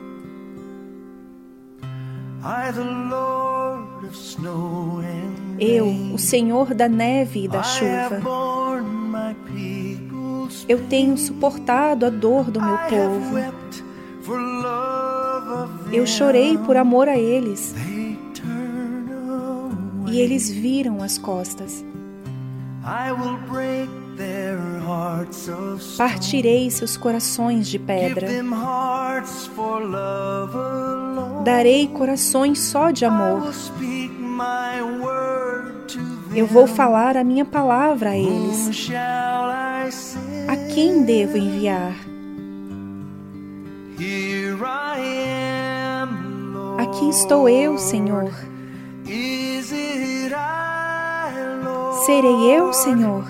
S5: Eu, o Senhor da neve e da chuva, eu tenho suportado a dor do meu povo. Eu chorei por amor a eles, e eles viram as costas. Partirei seus corações de pedra. Darei corações só de amor. Eu vou falar a minha palavra a eles. A quem devo enviar? Aqui estou eu, Senhor. Serei eu, Senhor.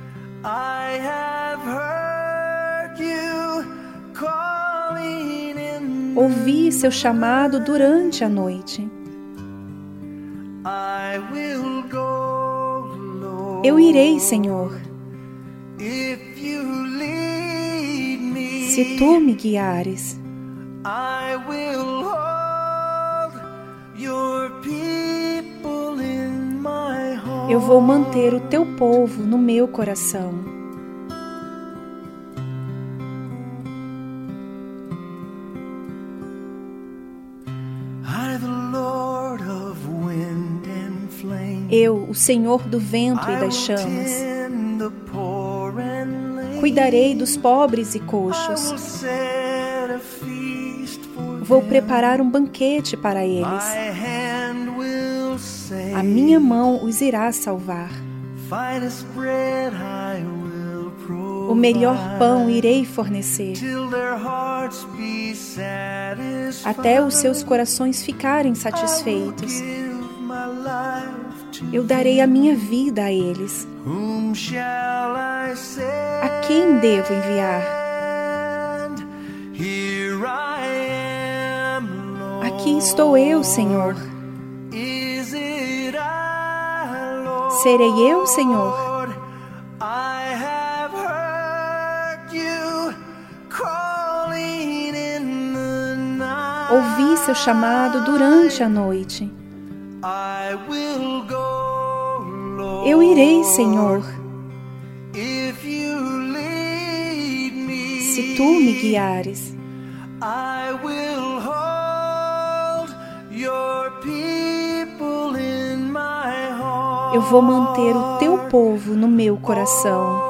S5: Ouvi seu chamado durante a noite. Eu irei, Senhor. Se tu me guiares. Eu vou manter o teu povo no meu coração. Eu, o Senhor do vento e das chamas, cuidarei dos pobres e coxos. Vou preparar um banquete para eles. A minha mão os irá salvar. O melhor pão irei fornecer, até os seus corações ficarem satisfeitos. Eu darei a minha vida a eles. A quem devo enviar? Aqui estou eu, Senhor. Serei eu, Senhor. Ouvi seu chamado durante a noite. Eu irei, Senhor. Se tu me guiares. Eu vou manter o teu povo no meu coração.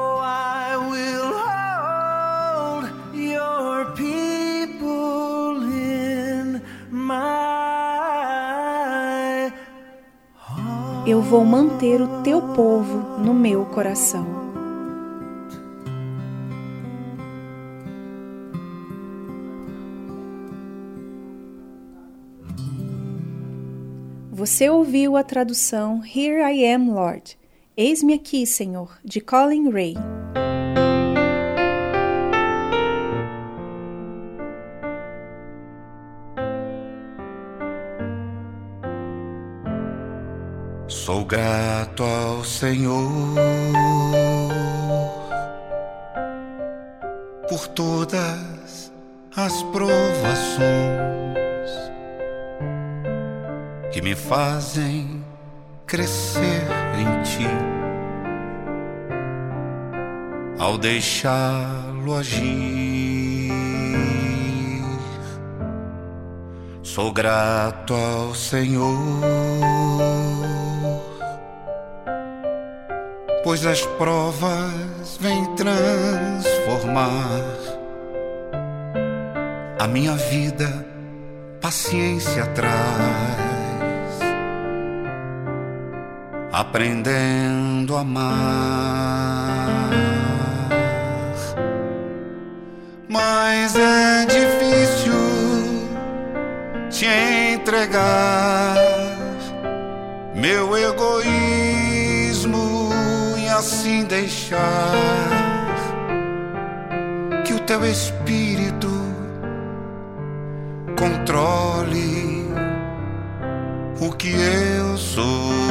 S5: Eu vou manter o teu povo no meu coração. Você ouviu a tradução Here I Am, Lord. Eis-me aqui, Senhor, de Colin Ray.
S12: Sou grato ao Senhor por todas as provações que me fazem crescer em ti. Ao deixá-lo agir, sou grato ao Senhor, pois as provas vêm transformar a minha vida, paciência traz, aprendendo a amar. Mas é difícil te entregar meu egoísmo e assim deixar que o teu Espírito controle o que eu sou.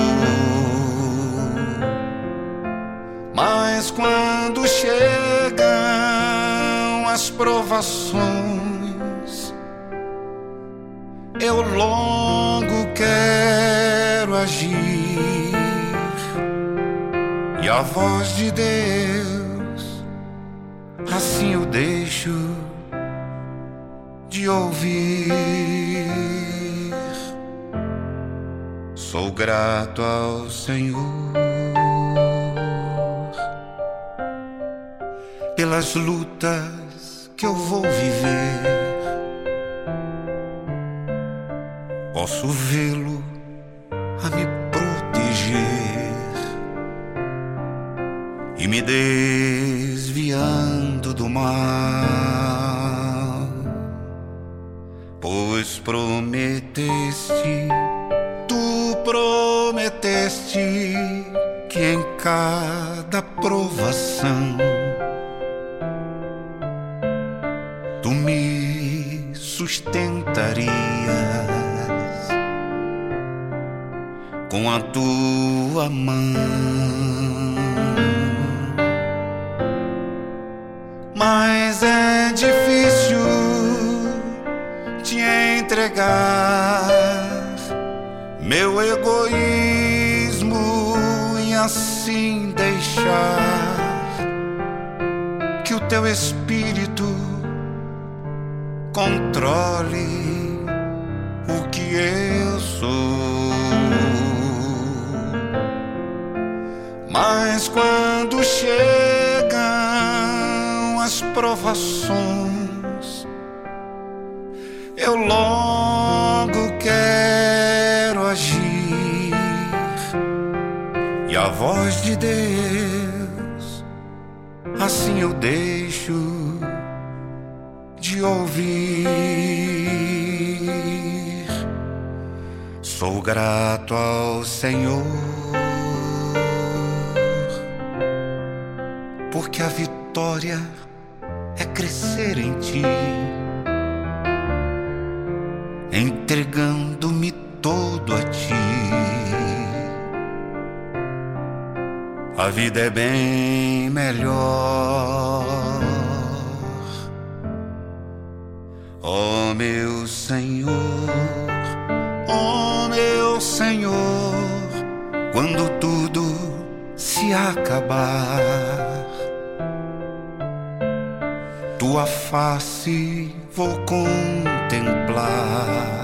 S12: Mas quando chegam as provações, eu logo quero agir, e a voz de Deus assim eu deixo de ouvir. Sou grato ao Senhor pelas lutas que eu vou viver. Posso vê-lo a me proteger e me desviando do mal, pois prometeste, tu prometeste que em cada provação tu me sustentarias com a tua mão. Mas é difícil te entregar meu egoísmo e assim deixar que o teu Espírito controle o que eu sou. Mas quando chegam as provações, eu logo quero agir, e a voz de Deus assim eu deixo de ouvir. Sou grato ao Senhor, porque a vitória é crescer em ti, entregando-me todo a ti. A vida é bem melhor, ó meu Senhor, ó meu Senhor, quando tudo se acabar, tua face vou contemplar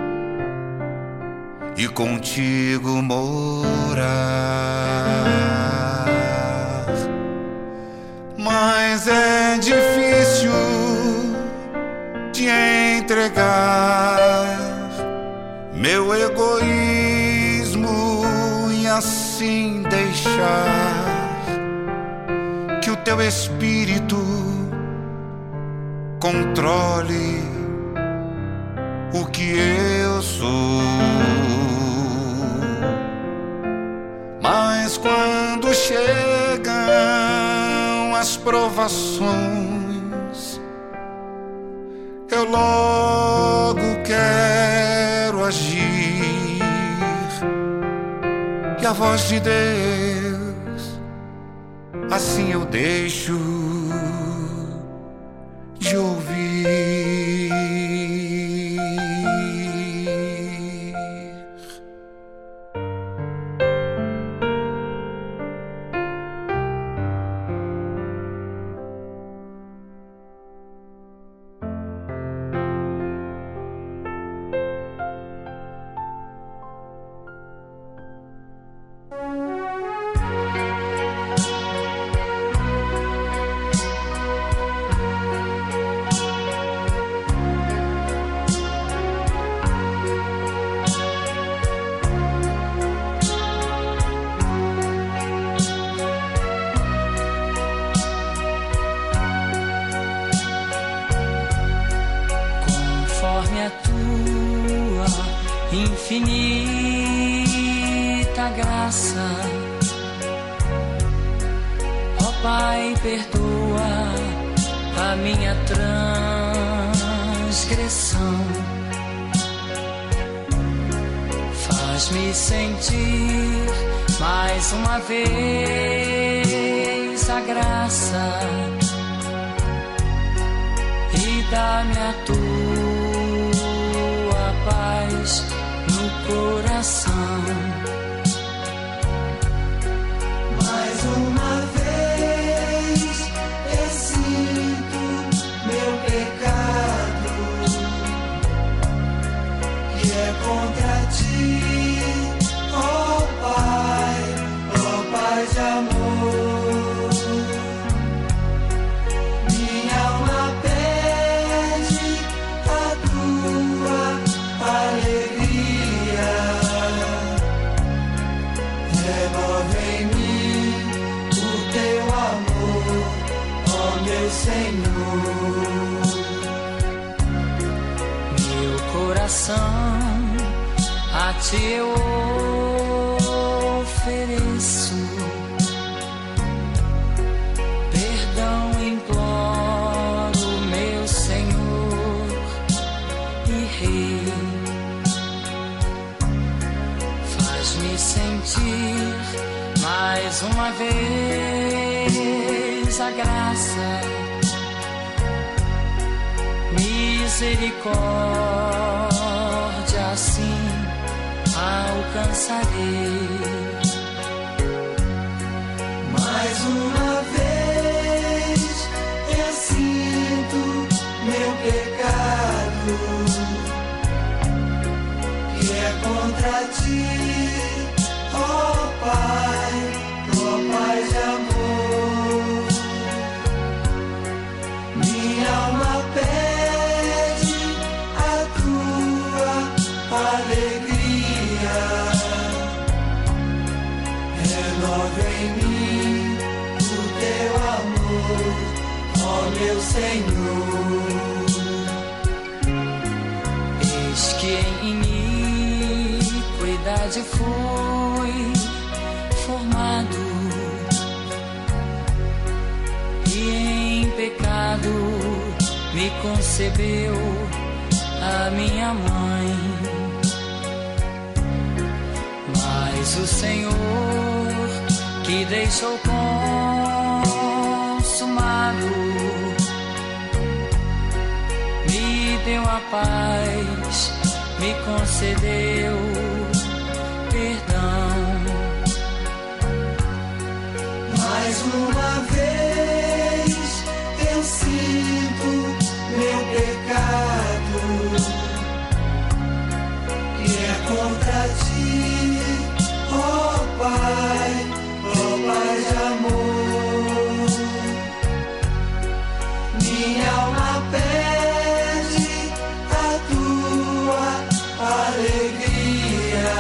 S12: e contigo morar. Mas é difícil te entregar meu egoísmo e assim deixar que o teu Espírito controle o que eu sou. Mas quando chegam as provações, eu logo quero agir, e a voz de Deus assim eu deixo
S10: infinita graça. Ó Pai, perdoa a minha transgressão. Faz-me sentir mais uma vez a graça e dá-me a tua paz no coração.
S2: Mais uma vez eu sinto meu pecado, que é contra ti, ó Pai, ó Pai de amor. Minha alma pede a tua alegria. Renova em mim o teu amor, ó meu Senhor.
S10: Meu coração a ti eu ofereço, perdão imploro, meu Senhor e Rei. Faz-me sentir mais uma vez a graça, misericórdia, assim alcançarei.
S2: Mais uma vez eu sinto meu pecado, que é contra ti, ó Pai, ó Pai de amor. Minha alma pede a tua alegria. Renova em mim o teu amor, ó meu Senhor.
S10: Eis que em iniquidade fui formado, e em pecado me concebeu a minha mãe. Mas o Senhor, que deixou consumado, me deu a paz, me concedeu perdão.
S2: Mais uma vez eu sinto meu pecado, que é contra ti, ó Pai, ó Pai de amor. Minha alma pede a tua alegria.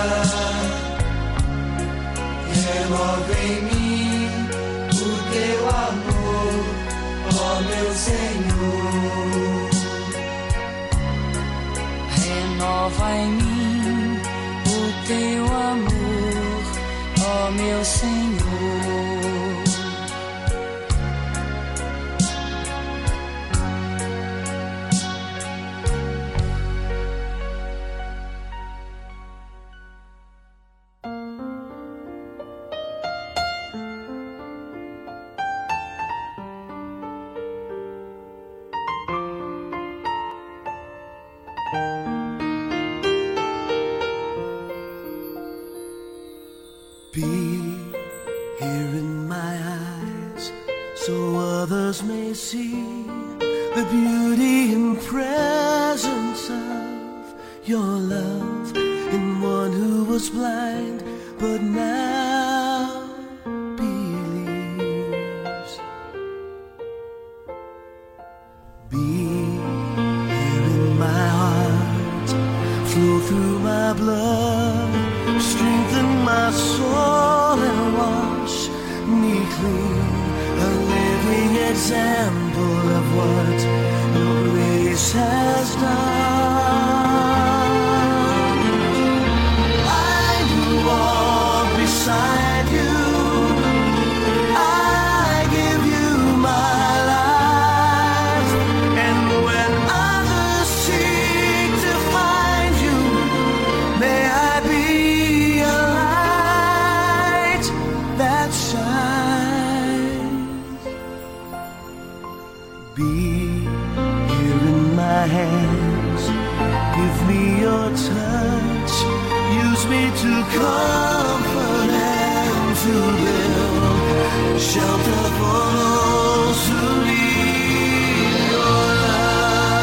S2: Renova em mim o teu amor, ó meu Senhor.
S10: Renova em mim o teu amor, ó meu Senhor.
S6: Be here in my eyes, so others may see the beauty and presence of your love in one who was blind but now believes. Be here in my heart, flow through my blood, strengthen my soul and wash me clean, a living example of what your grace has done.
S2: Be here in my hands, give me your touch, use me to comfort and to build shelter for those who need your love.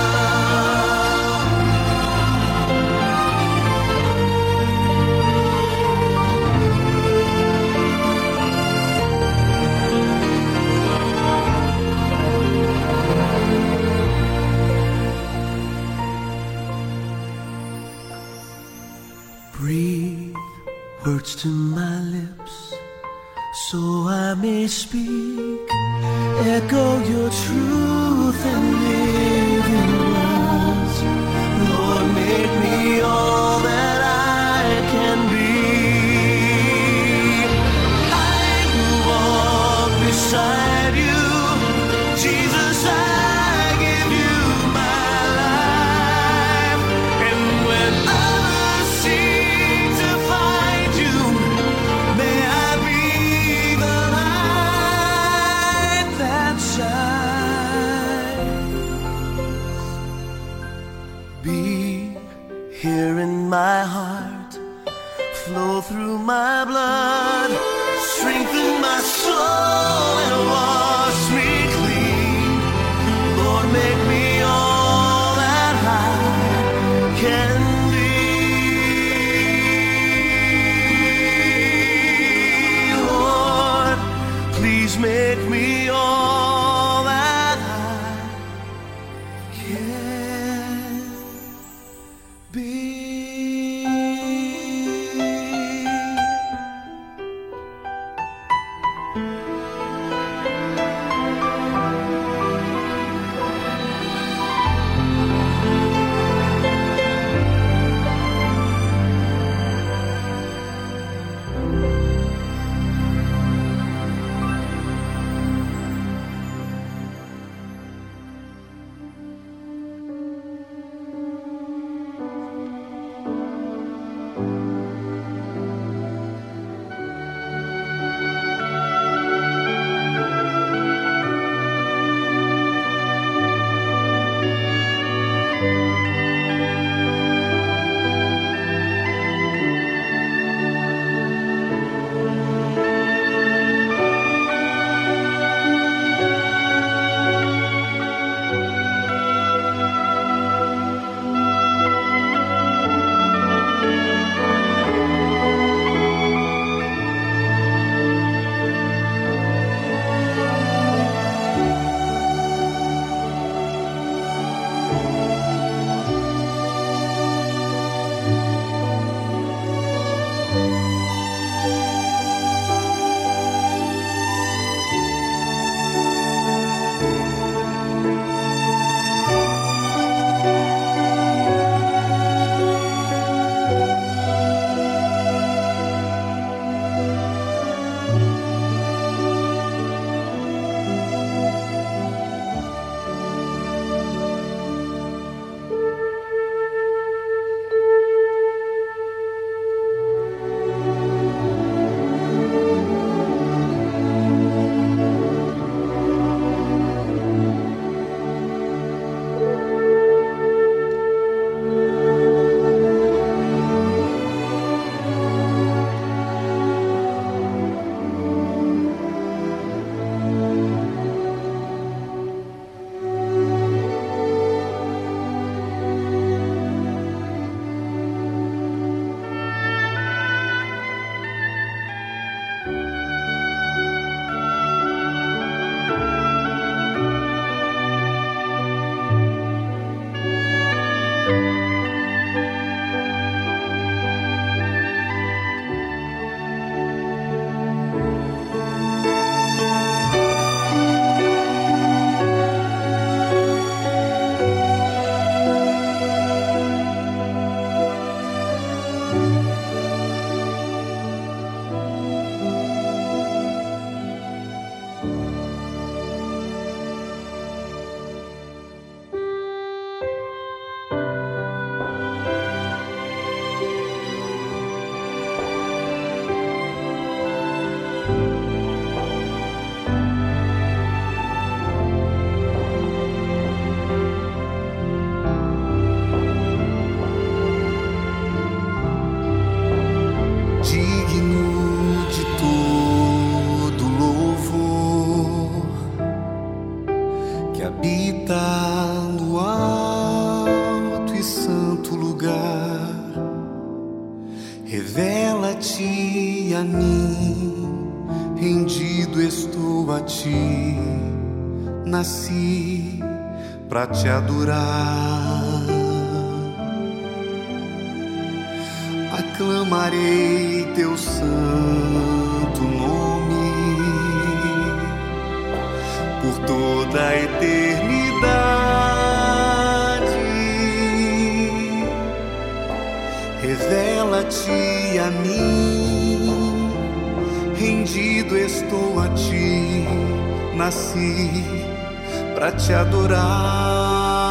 S2: Breathe words to my lips, so I may speak. Echo your truth and live in words. Lord, make me all that I can be. I will walk beside you, Jesus. I give you my life, and when others seem to find you, may I be the light that shines. Be here in my heart, flow through my blood, strengthen my soul and wash me clean. Lord, make me all that I can be. Lord, please make me all that I can be.
S16: habita no alto e santo lugar, revela-te a mim, rendido estou a ti, nasci pra te adorar. Aclamarei teu santo nome por toda a eternidade. Revela-te a mim, rendido estou a ti, nasci pra te adorar.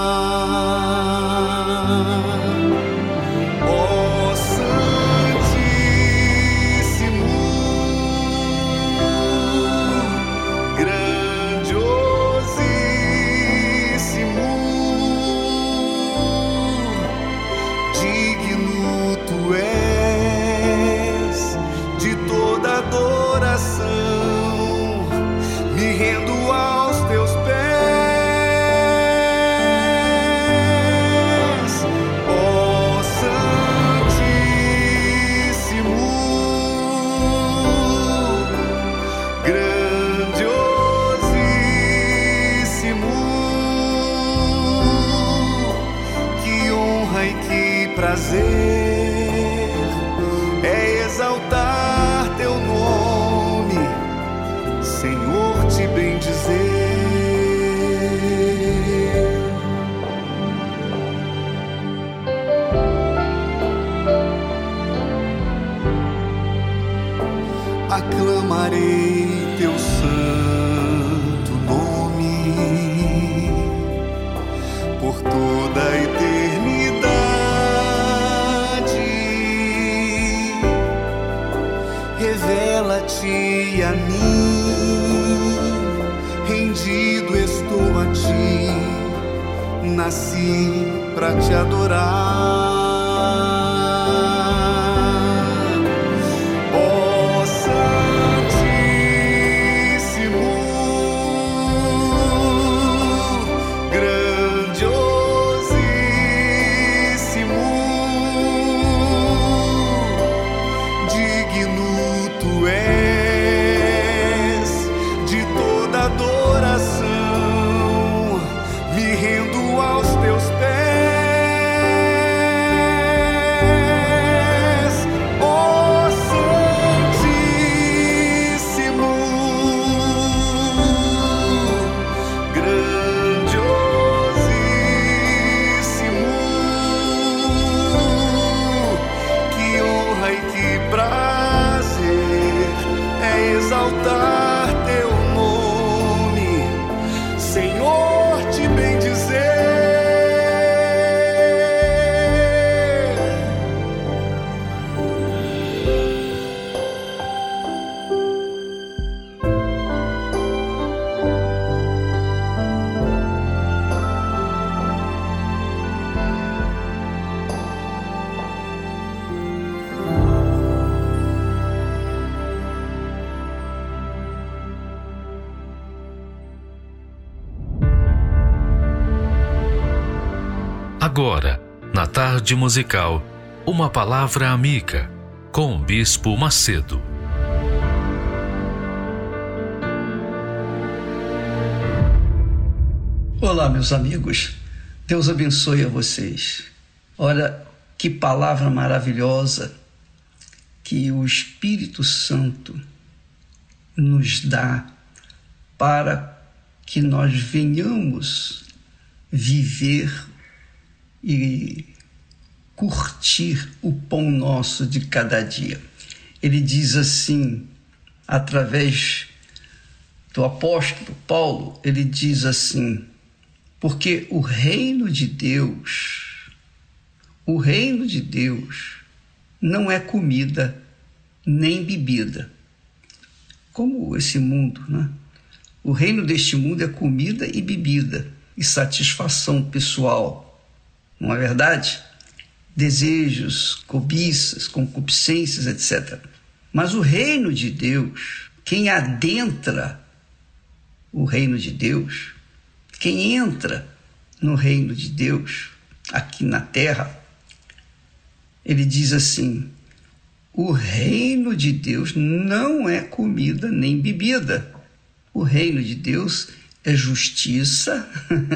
S16: Ó Santíssimo, grandiosíssimo, digno tu és de toda adoração, me rendo aos teus pés, ó Santíssimo, grandiosíssimo, que honra e que prazer é exaltar teu nome, Senhor, te bendizer. Aclamarei teu santo nome por toda a eternidade. Revela-te a mim, rendido estou a ti, nasci pra te adorar. Ó Santíssimo, grandiosíssimo, digno tu és de toda adoração, me rendo aos teus pés, ó Santíssimo, grandiosíssimo, que honra e que prazer é exaltar teu nome, Senhor, te bendizer.
S1: Agora, na tarde musical, uma palavra amiga, com o Bispo Macedo.
S17: Olá, meus amigos. Deus abençoe a vocês. Olha que palavra maravilhosa que o Espírito Santo nos dá para que nós venhamos viver e curtir o pão nosso de cada dia. Ele diz assim, através do apóstolo Paulo, ele diz assim: porque o reino de Deus, o reino de Deus não é comida nem bebida, como esse mundo, né? O reino deste mundo é comida e bebida e satisfação pessoal, não é verdade? Desejos, cobiças, concupiscências, etcétera. Mas o reino de Deus, quem adentra o reino de Deus, quem entra no reino de Deus, aqui na terra, ele diz assim: o reino de Deus não é comida nem bebida. O reino de Deus é justiça,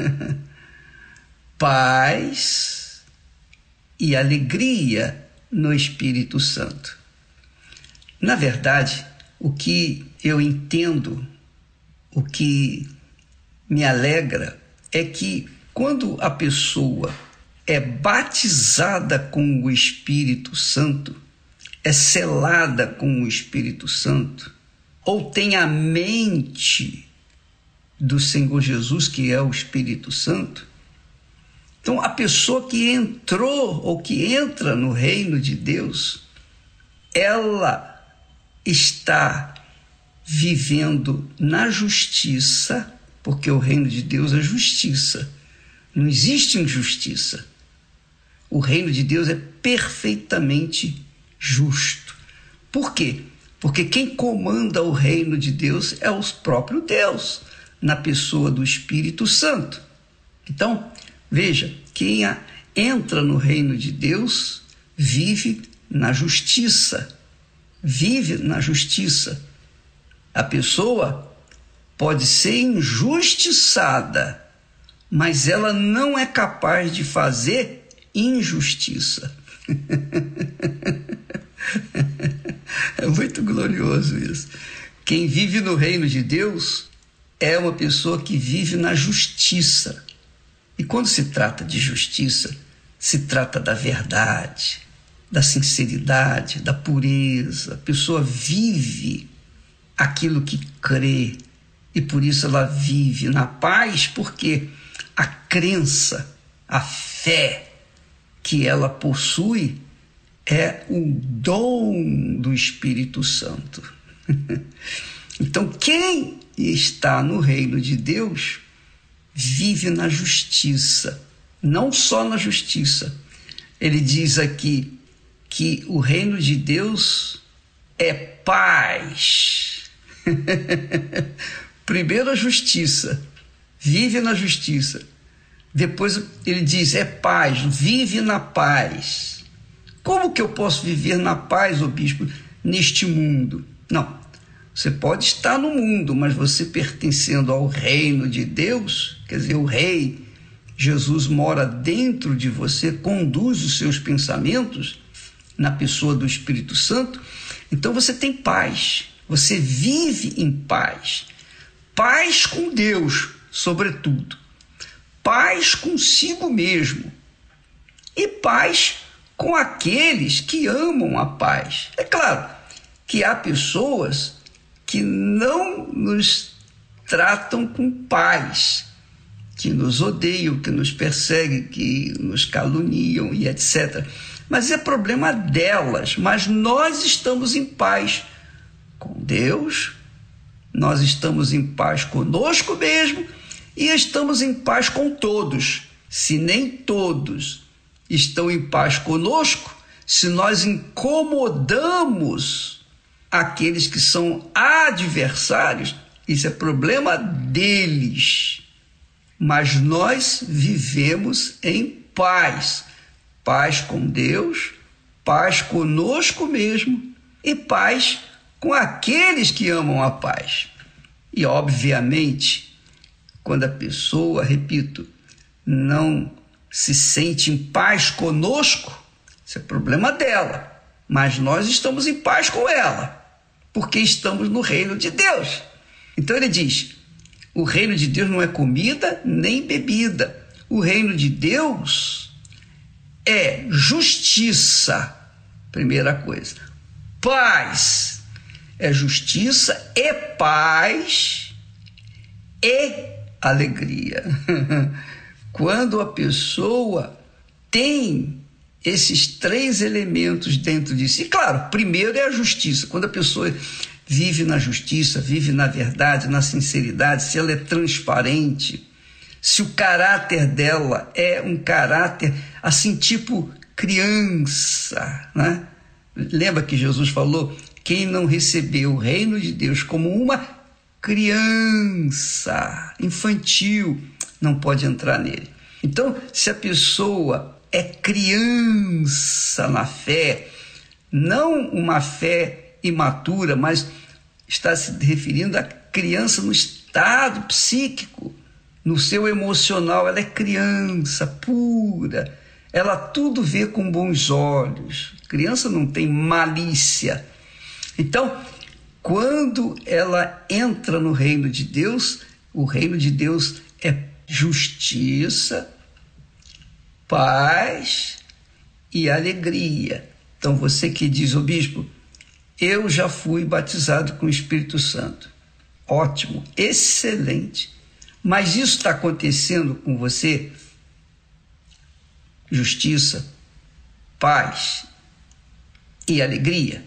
S17: paz e alegria no Espírito Santo. Na verdade, o que eu entendo, o que me alegra, é que quando a pessoa é batizada com o Espírito Santo, é selada com o Espírito Santo, ou tem a mente do Senhor Jesus, que é o Espírito Santo, então a pessoa que entrou ou que entra no reino de Deus, ela está vivendo na justiça, porque o reino de Deus é justiça. Não existe injustiça. O reino de Deus é perfeitamente justo. Por quê? Porque quem comanda o reino de Deus é o próprio Deus, na pessoa do Espírito Santo. Então, veja, quem entra no reino de Deus vive na justiça. Vive na justiça. A pessoa pode ser injustiçada, mas ela não é capaz de fazer injustiça. É muito glorioso isso. Quem vive no reino de Deus é uma pessoa que vive na justiça. E quando se trata de justiça, se trata da verdade, da sinceridade, da pureza. A pessoa vive aquilo que crê, e por isso ela vive na paz, porque a crença, a fé que ela possui é o dom do Espírito Santo. Então, quem está no reino de Deus vive na justiça, não só na justiça. Ele diz aqui que o reino de Deus é paz. Primeiro a justiça, vive na justiça. Depois ele diz, é paz, vive na paz. Como que eu posso viver na paz, ô bispo, neste mundo? Não, você pode estar no mundo, mas você pertencendo ao reino de Deus, quer dizer, o rei, Jesus mora dentro de você, conduz os seus pensamentos na pessoa do Espírito Santo, então você tem paz, você vive em paz. Paz com Deus, sobretudo. Paz consigo mesmo. E paz com aqueles que amam a paz. É claro que há pessoas que não nos tratam com paz, que nos odeiam, que nos perseguem, que nos caluniam e etcétera. Mas é problema delas. Mas nós estamos em paz com Deus, nós estamos em paz conosco mesmo e estamos em paz com todos. Se nem todos estão em paz conosco, se nós incomodamos aqueles que são adversários, isso é problema deles. Mas nós vivemos em paz. Paz com Deus, paz conosco mesmo e paz com aqueles que amam a paz. E, obviamente, quando a pessoa, repito, não se sente em paz conosco, isso é problema dela. Mas nós estamos em paz com ela, porque estamos no reino de Deus. Então ele diz, o reino de Deus não é comida nem bebida. O reino de Deus é justiça, primeira coisa. Paz. É justiça e paz e alegria. Quando a pessoa tem esses três elementos dentro de si, claro, primeiro é a justiça. Quando a pessoa vive na justiça, vive na verdade, na sinceridade, se ela é transparente, se o caráter dela é um caráter assim, tipo criança, né? Lembra que Jesus falou, quem não recebeu o reino de Deus como uma criança infantil, não pode entrar nele. Então, se a pessoa é criança na fé, não uma fé imatura, mas está se referindo à criança no estado psíquico, no seu emocional, ela é criança pura, ela tudo vê com bons olhos. Criança não tem malícia. Então, quando ela entra no reino de Deus, o reino de Deus é justiça, paz e alegria. Então, você que diz, ô bispo, eu já fui batizado com o Espírito Santo. Ótimo, excelente. Mas isso está acontecendo com você? Justiça, paz e alegria?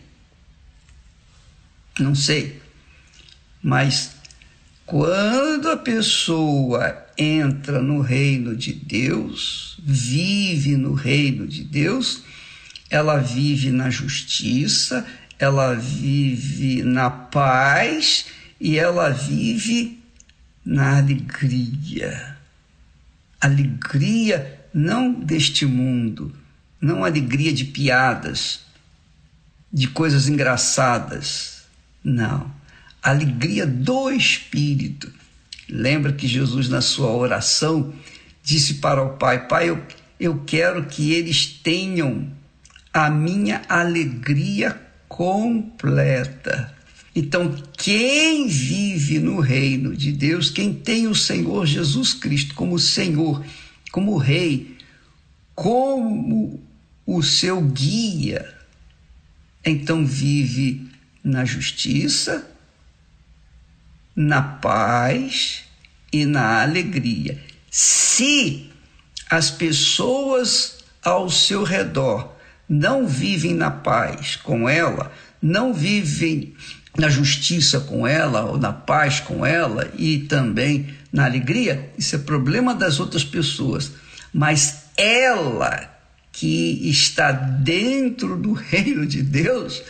S17: Não sei. Mas quando a pessoa entra no reino de Deus, vive no reino de Deus, ela vive na justiça, ela vive na paz e ela vive na alegria. Alegria não deste mundo, não alegria de piadas, de coisas engraçadas, não. Alegria do Espírito. Lembra que Jesus, na sua oração, disse para o Pai, Pai, eu, eu quero que eles tenham a minha alegria completa. Então, quem vive no reino de Deus, quem tem o Senhor Jesus Cristo como Senhor, como Rei, como o seu guia, então vive na justiça, na paz e na alegria. Se as pessoas ao seu redor não vivem na paz com ela, não vivem na justiça com ela, ou na paz com ela, e também na alegria, isso é problema das outras pessoas. Mas ela que está dentro do reino de Deus,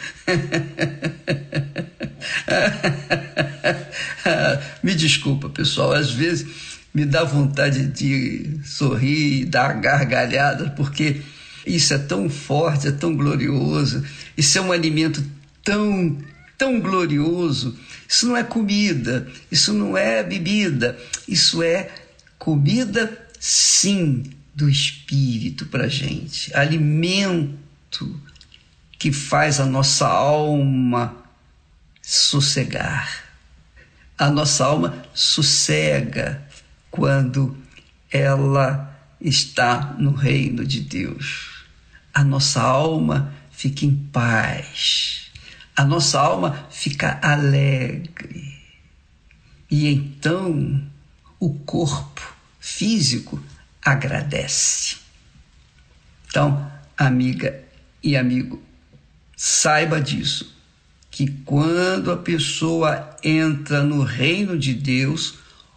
S17: me desculpa, pessoal, às vezes me dá vontade de sorrir e dar gargalhada, porque isso é tão forte, é tão glorioso, isso é um alimento tão, tão glorioso. Isso não é comida, isso não é bebida, isso é comida, sim, do Espírito para a gente, alimento que faz a nossa alma sossegar. A nossa alma sossega quando ela está no reino de Deus. A nossa alma fica em paz, a nossa alma fica alegre. E então o corpo físico agradece. Então, amiga e amigo, saiba disso, que quando a pessoa entra no reino de Deus,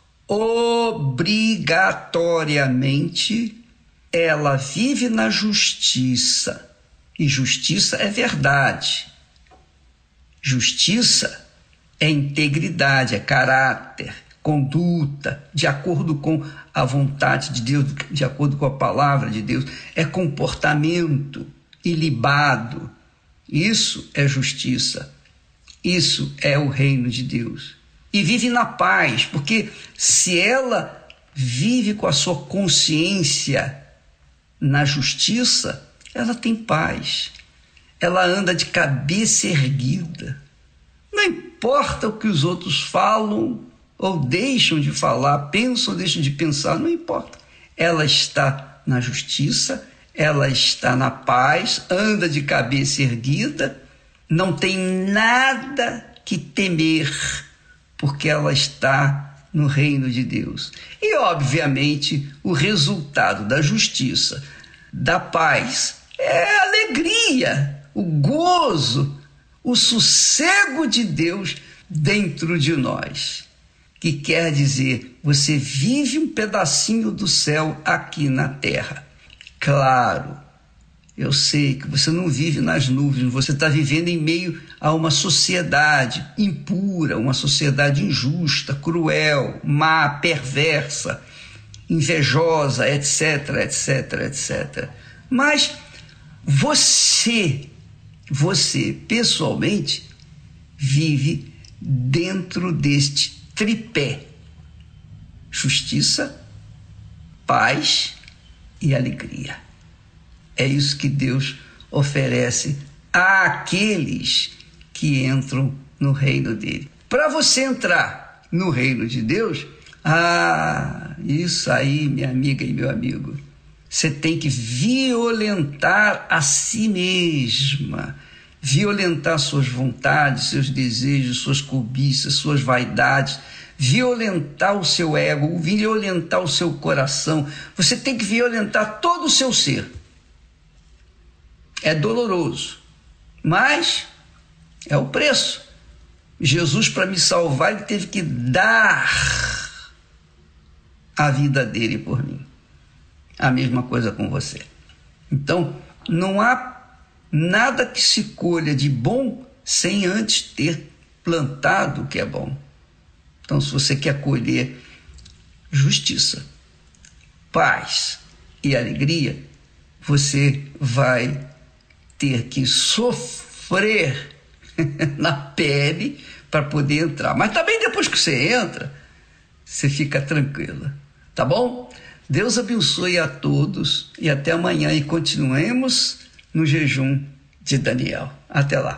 S17: obrigatoriamente ela vive na justiça. E justiça é verdade. Justiça é integridade, é caráter, conduta, de acordo com a vontade de Deus, de acordo com a palavra de Deus, é comportamento ilibado. Isso é justiça, isso é o reino de Deus. E vive na paz, porque se ela vive com a sua consciência na justiça, ela tem paz, ela anda de cabeça erguida. Não importa o que os outros falam ou deixam de falar, pensam ou deixam de pensar, não importa. Ela está na justiça, ela está na paz, anda de cabeça erguida, não tem nada que temer, porque ela está no reino de Deus. E, obviamente, o resultado da justiça, da paz, é a alegria, o gozo, o sossego de Deus dentro de nós. Que quer dizer, você vive um pedacinho do céu aqui na terra. Claro, eu sei que você não vive nas nuvens, você está vivendo em meio a uma sociedade impura, uma sociedade injusta, cruel, má, perversa. invejosa, etc, etc, etcétera. Mas você, você pessoalmente, vive dentro deste tripé: justiça, paz e alegria. É isso que Deus oferece àqueles que entram no reino dele. Para você entrar no reino de Deus, ah, isso aí, minha amiga e meu amigo, você tem que violentar a si mesma, violentar suas vontades, seus desejos, suas cobiças, suas vaidades, violentar o seu ego, violentar o seu coração. Você tem que violentar todo o seu ser. É doloroso, mas é o preço. Jesus, para me salvar, ele teve que dar a vida dele por mim. A mesma coisa com você. Então, não há nada que se colha de bom sem antes ter plantado o que é bom. Então, se você quer colher justiça, paz e alegria, você vai ter que sofrer na pele para poder entrar. Mas também depois que você entra, você fica tranquila, tá bom? Deus abençoe a todos e até amanhã, e continuemos no jejum de Daniel. Até lá.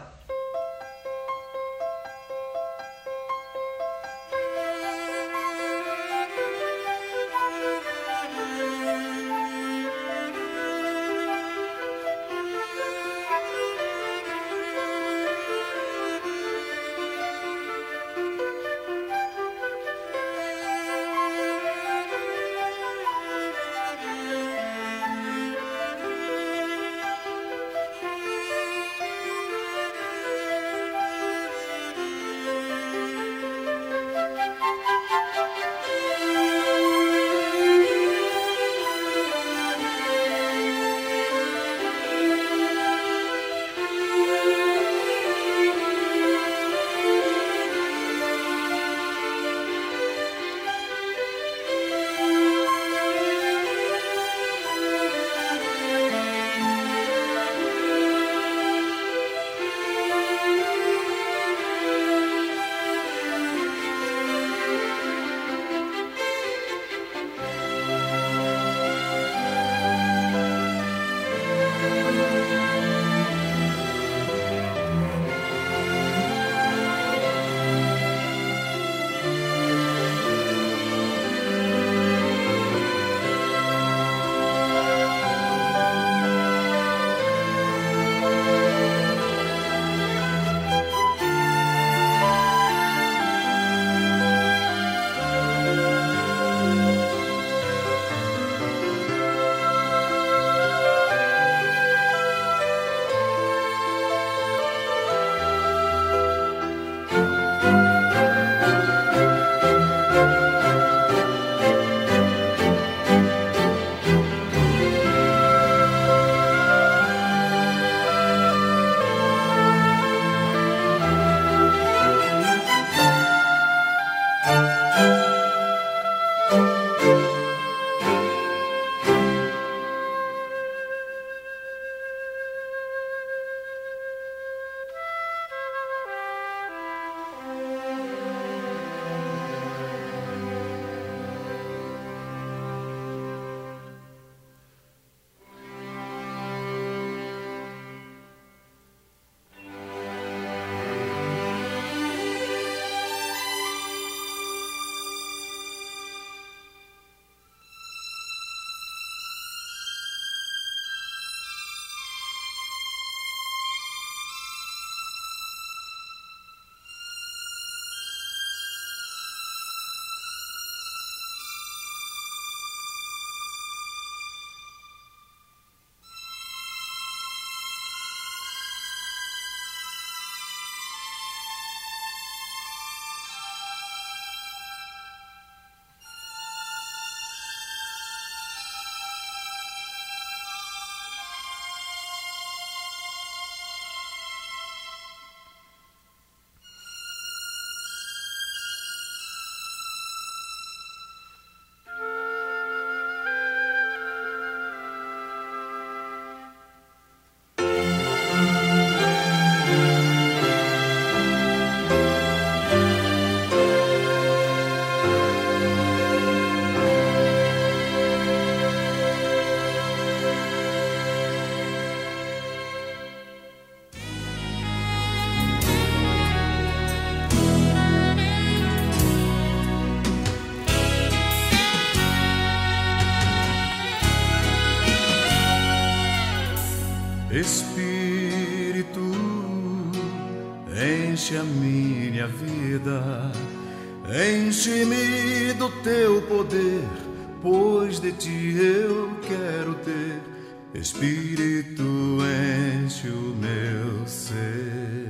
S2: enche a minha vida, enche-me do teu poder, pois de ti eu quero ter. Espírito, enche o meu ser.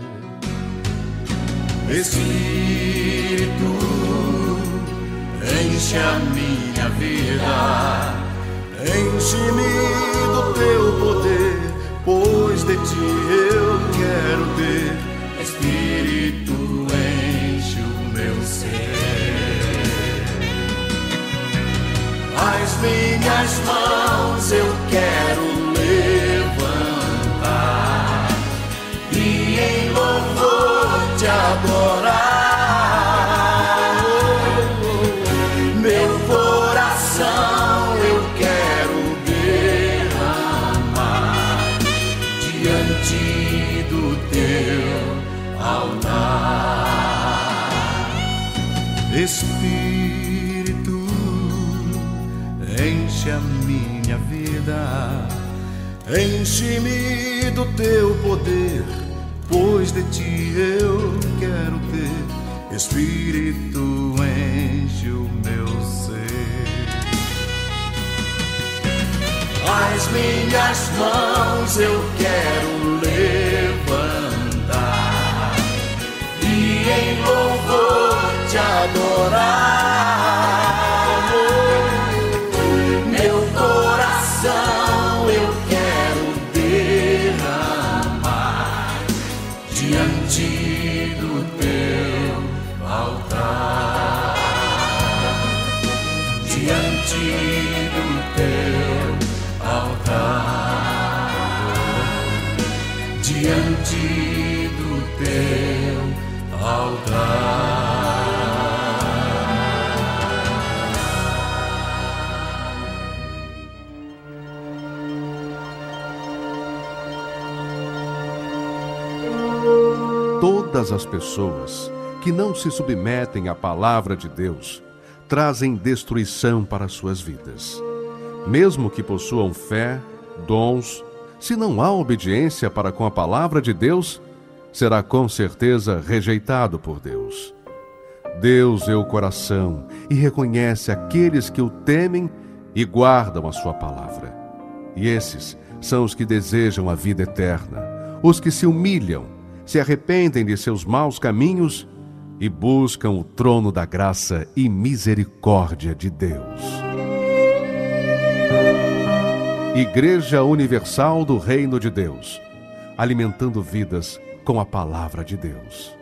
S2: Espírito, enche a minha vida, enche-me do teu poder, pois de ti eu quero ter. Espírito, enche o meu ser. As minhas mãos eu quero levantar e em louvor te adorar. Meu coração eu quero derramar diante do teu altar. Espírito, enche a minha vida, enche-me do teu poder, pois de ti eu quero ter. Espírito, enche o meu ser. As minhas mãos eu quero levantar e em louvor te adorar. Meu coração eu quero derramar diante do teu altar, diante do teu altar, diante do teu altar.
S18: Todas as pessoas que não se submetem à palavra de Deus trazem destruição para suas vidas. Mesmo que possuam fé, dons, se não há obediência para com a palavra de Deus, será com certeza rejeitado por Deus. Deus vê o coração e reconhece aqueles que o temem e guardam a sua palavra. E esses são os que desejam a vida eterna, os que se humilham, se arrependem de seus maus caminhos e buscam o trono da graça e misericórdia de Deus. Igreja Universal do Reino de Deus, alimentando vidas com a palavra de Deus.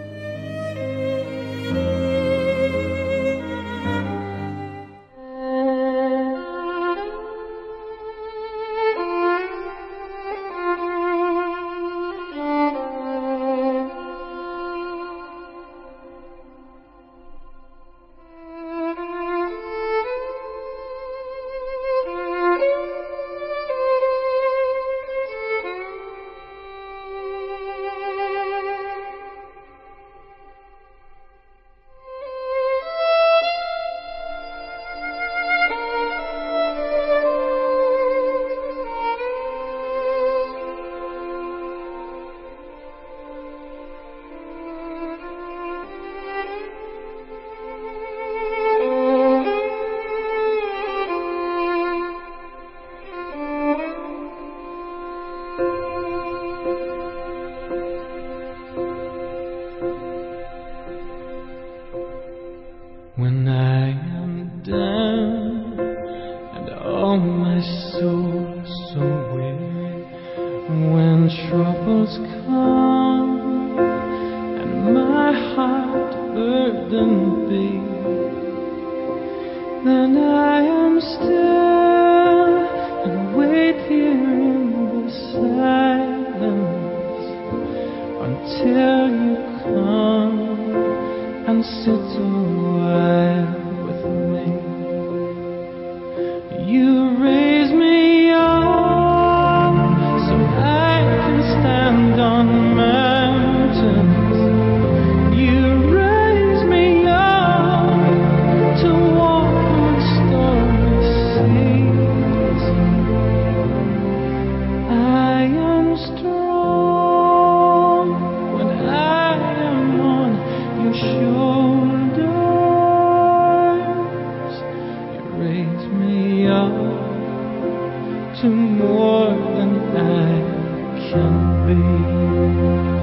S8: When I am down and all my soul is so weary, when troubles come and my heart burdened be, then I am still and wait here in the silence until you come and sit a while with me. You raise me up so I can stand on mountains. You raise me up to walk on stormy seas. I am strong when I raise me up to more than I can be.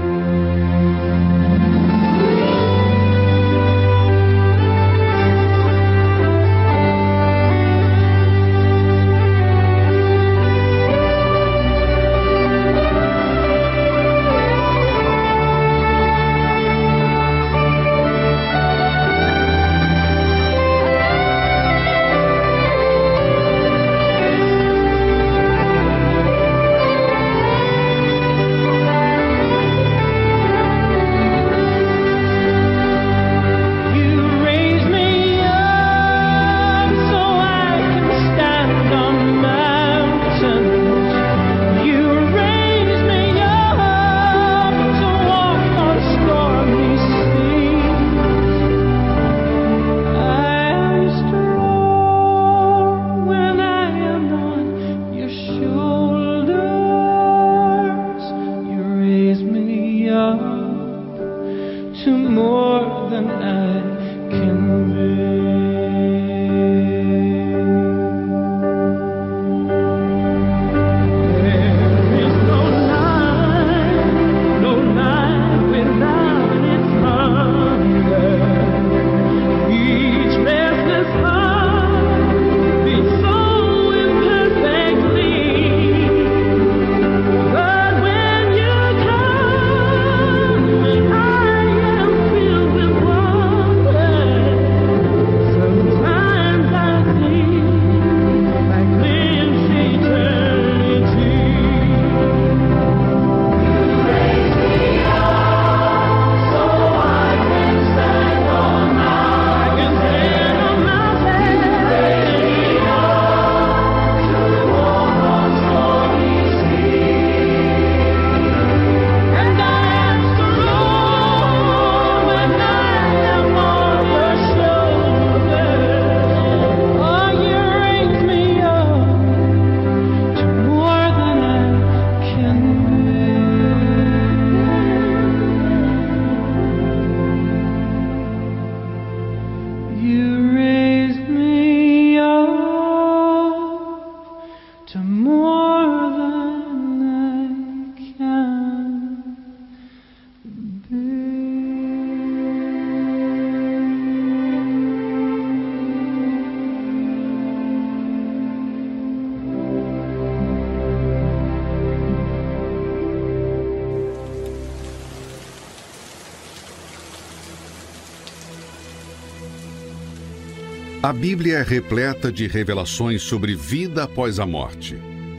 S7: A Bíblia é repleta de revelações sobre vida após a morte.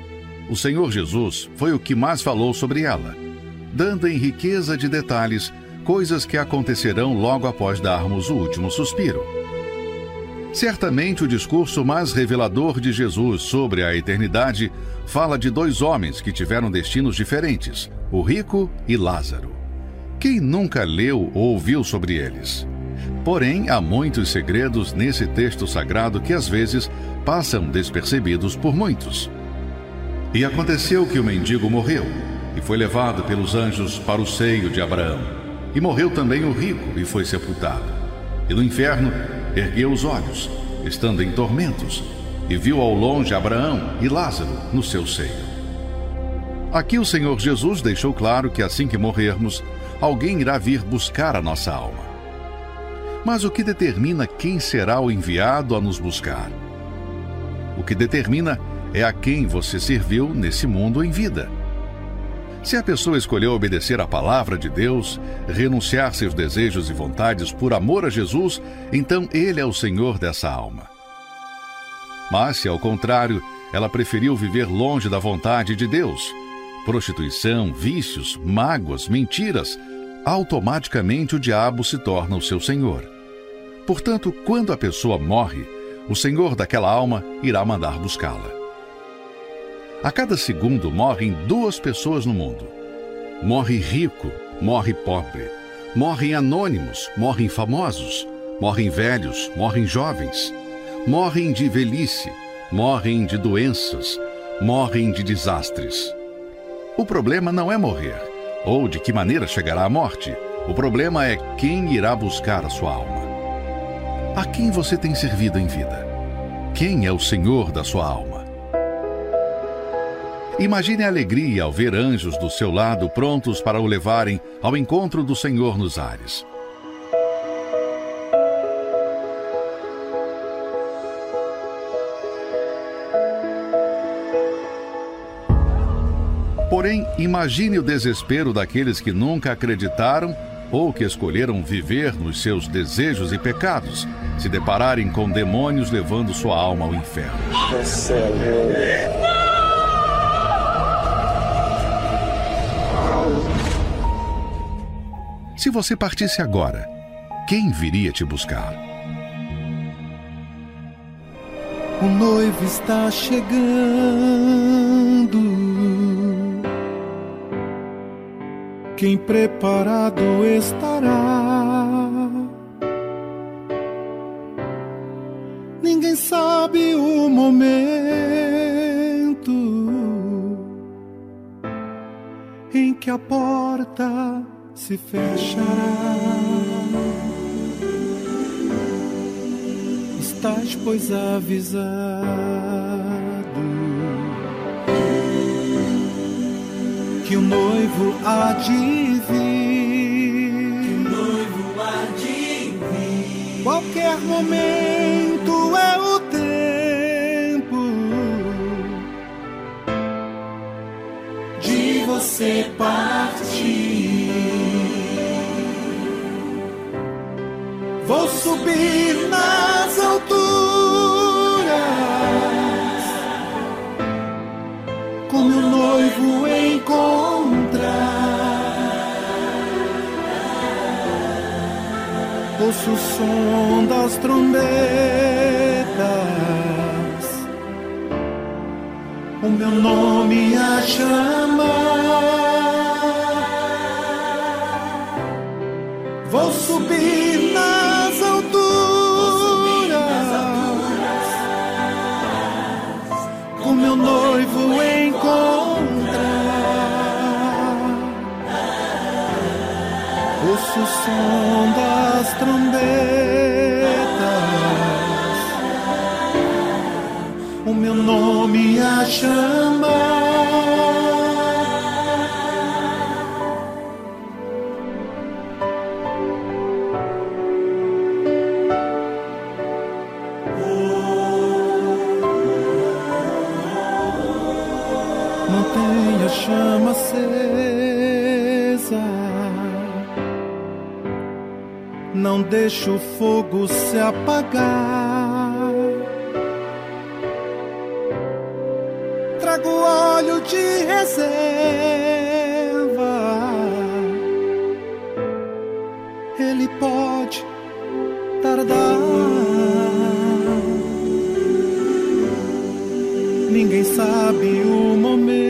S7: O Senhor Jesus foi o que mais falou sobre ela, dando em riqueza de detalhes coisas que acontecerão logo após darmos o último suspiro. Certamente o discurso mais revelador de Jesus sobre a eternidade fala de dois homens que tiveram destinos diferentes, o rico e Lázaro. Quem nunca leu ou ouviu sobre eles? Porém, há muitos segredos nesse texto sagrado que às vezes passam despercebidos por muitos. E aconteceu que o mendigo morreu e foi levado pelos anjos para o seio de Abraão. E morreu também o rico e foi sepultado. E no inferno ergueu os olhos, estando em tormentos, e viu ao longe Abraão e Lázaro no seu seio. Aqui o Senhor Jesus deixou claro que assim que morrermos, alguém irá vir buscar a nossa alma. Mas o que determina quem será o enviado a nos buscar? O que determina é a quem você serviu nesse mundo em vida. Se a pessoa escolheu obedecer à palavra de Deus, renunciar seus desejos e vontades por amor a Jesus, então Ele é o Senhor dessa alma. Mas se, ao contrário, ela preferiu viver longe da vontade de Deus, prostituição, vícios, mágoas, mentiras, automaticamente o diabo se torna o seu senhor. Portanto, quando a pessoa morre, o Senhor daquela alma irá mandar buscá-la. A cada segundo morrem duas pessoas no mundo. Morre rico, morre pobre. Morrem anônimos, morrem famosos. Morrem velhos, morrem jovens. Morrem de velhice, morrem de doenças, morrem de desastres. O problema não é morrer, ou de que maneira chegará a morte. O problema é quem irá buscar a sua alma. A quem você tem servido em vida? quem é o Senhor da sua alma. Imagine a alegria ao ver anjos do seu lado prontos para o levarem ao encontro do Senhor nos ares. Porém, imagine o desespero daqueles que nunca acreditaram ou que escolheram viver nos seus desejos e pecados, se depararem com demônios levando sua alma ao inferno. Se você partisse agora, quem viria te buscar?
S19: O noivo está chegando, quem preparado estará. Ninguém sabe o momento em que a porta se fechará. Estás, pois, avisado que o noivo há de vir. Que o noivo há de vir. Qualquer momento é o tempo de você partir. Vou subir nas alturas com meu noivo encontrar. Ouço o som das trombetas, o meu nome a chamar. Vou subir nas alturas, com meu noivo encontrar. Ouço o som das trombetas, o meu nome a chamar. Mantenha a chama acesa, não deixe o fogo se apagar. Trago óleo de reserva, ele pode tardar. Ninguém sabe o momento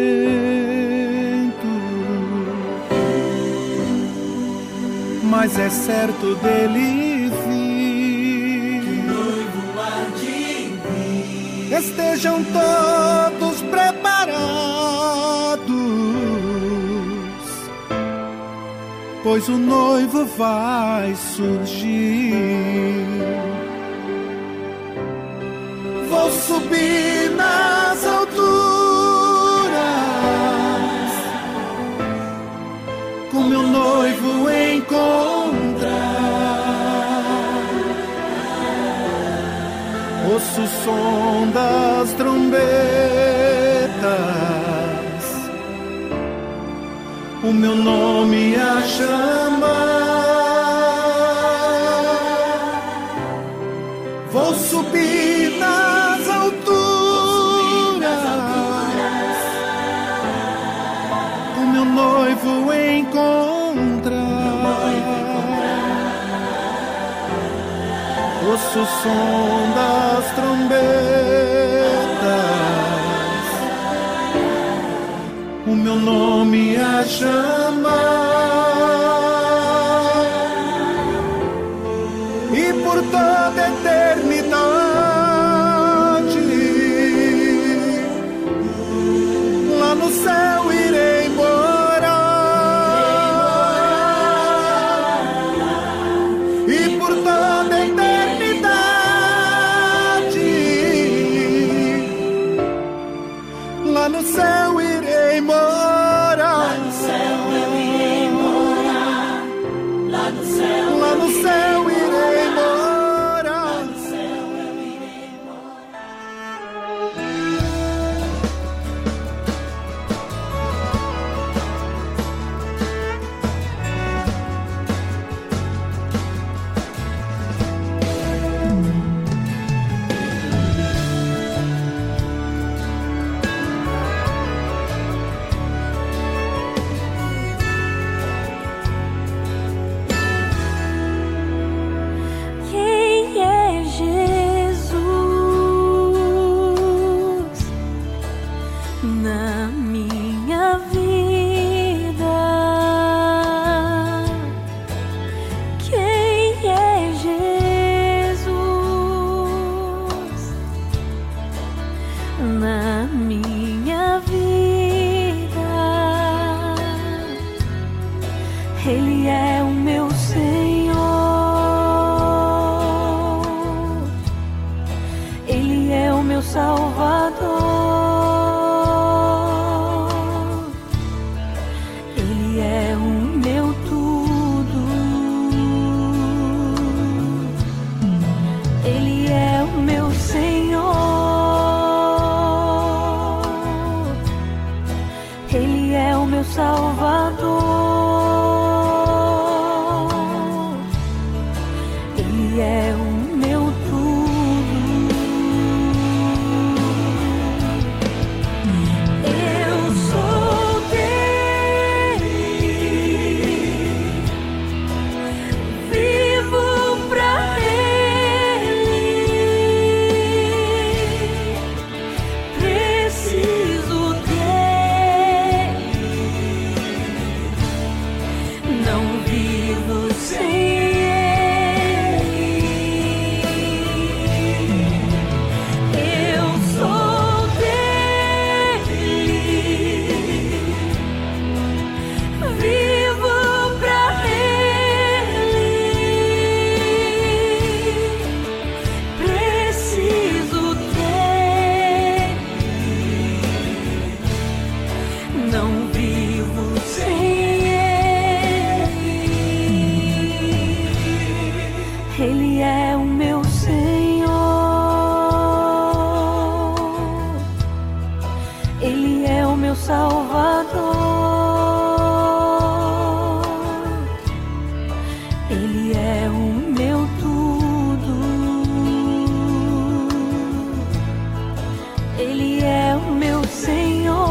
S19: mas é certo dele vir. Que noivo há de vir. Estejam todos preparados, pois o noivo vai surgir. Vou subir nas alturas, com meu noivo encontrar. Ouço o som das trombetas, o meu nome a chamar. Vou subir nas alturas, o meu noivo encontrar. Ouço o som das trombetas, o meu nome a chamar. E por toda a eternidade lá no céu irei morar. E por toda a eternidade no céu irei morar.
S14: Lá no céu eu irei morar. Lá no céu,
S19: lá no céu irei morar.
S14: Lá no céu eu irei Quem é Jesus na minha vida? Quem é Jesus na minha vida? Ele é o meu Senhor. Ele é o meu Salvador. Ele é o meu tudo. Ele é o meu Senhor. Ele é o meu Salvador. Ele é o meu tudo. Eu sou dele, vivo pra ele, preciso dele, não vivo sem Ele é o meu Senhor. Ele é o meu Salvador. Ele é o meu tudo. Ele é o meu Senhor.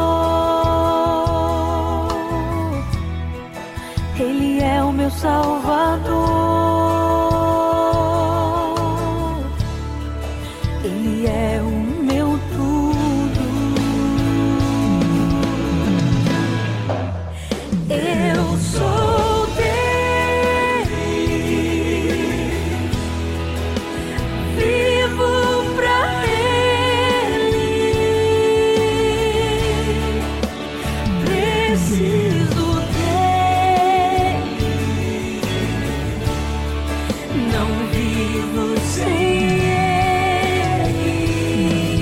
S14: Ele é o meu Salvador. Ele é o meu tudo. Eu sou dele, vivo pra ele, preciso dele, não vivo sem ele.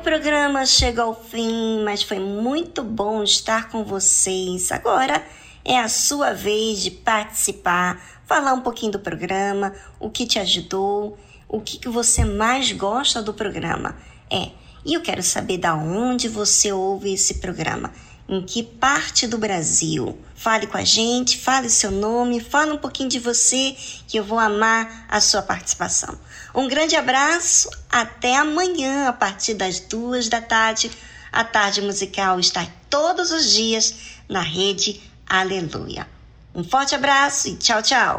S3: programa chega ao fim, mas foi muito bom estar com vocês. Agora é a sua vez de participar, falar um pouquinho do programa, o que te ajudou, o que, que você mais gosta do programa. É, e eu quero saber da onde você ouve esse programa, em que parte do Brasil. Fale com a gente, fale seu nome, fale um pouquinho de você, que eu vou amar a sua participação. Um grande abraço, até amanhã, a partir das duas da tarde. A Tarde Musical está todos os dias na Rede Aleluia. Um forte abraço e tchau, tchau.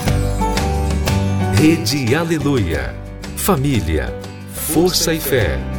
S1: Rede Aleluia. Família, força e fé.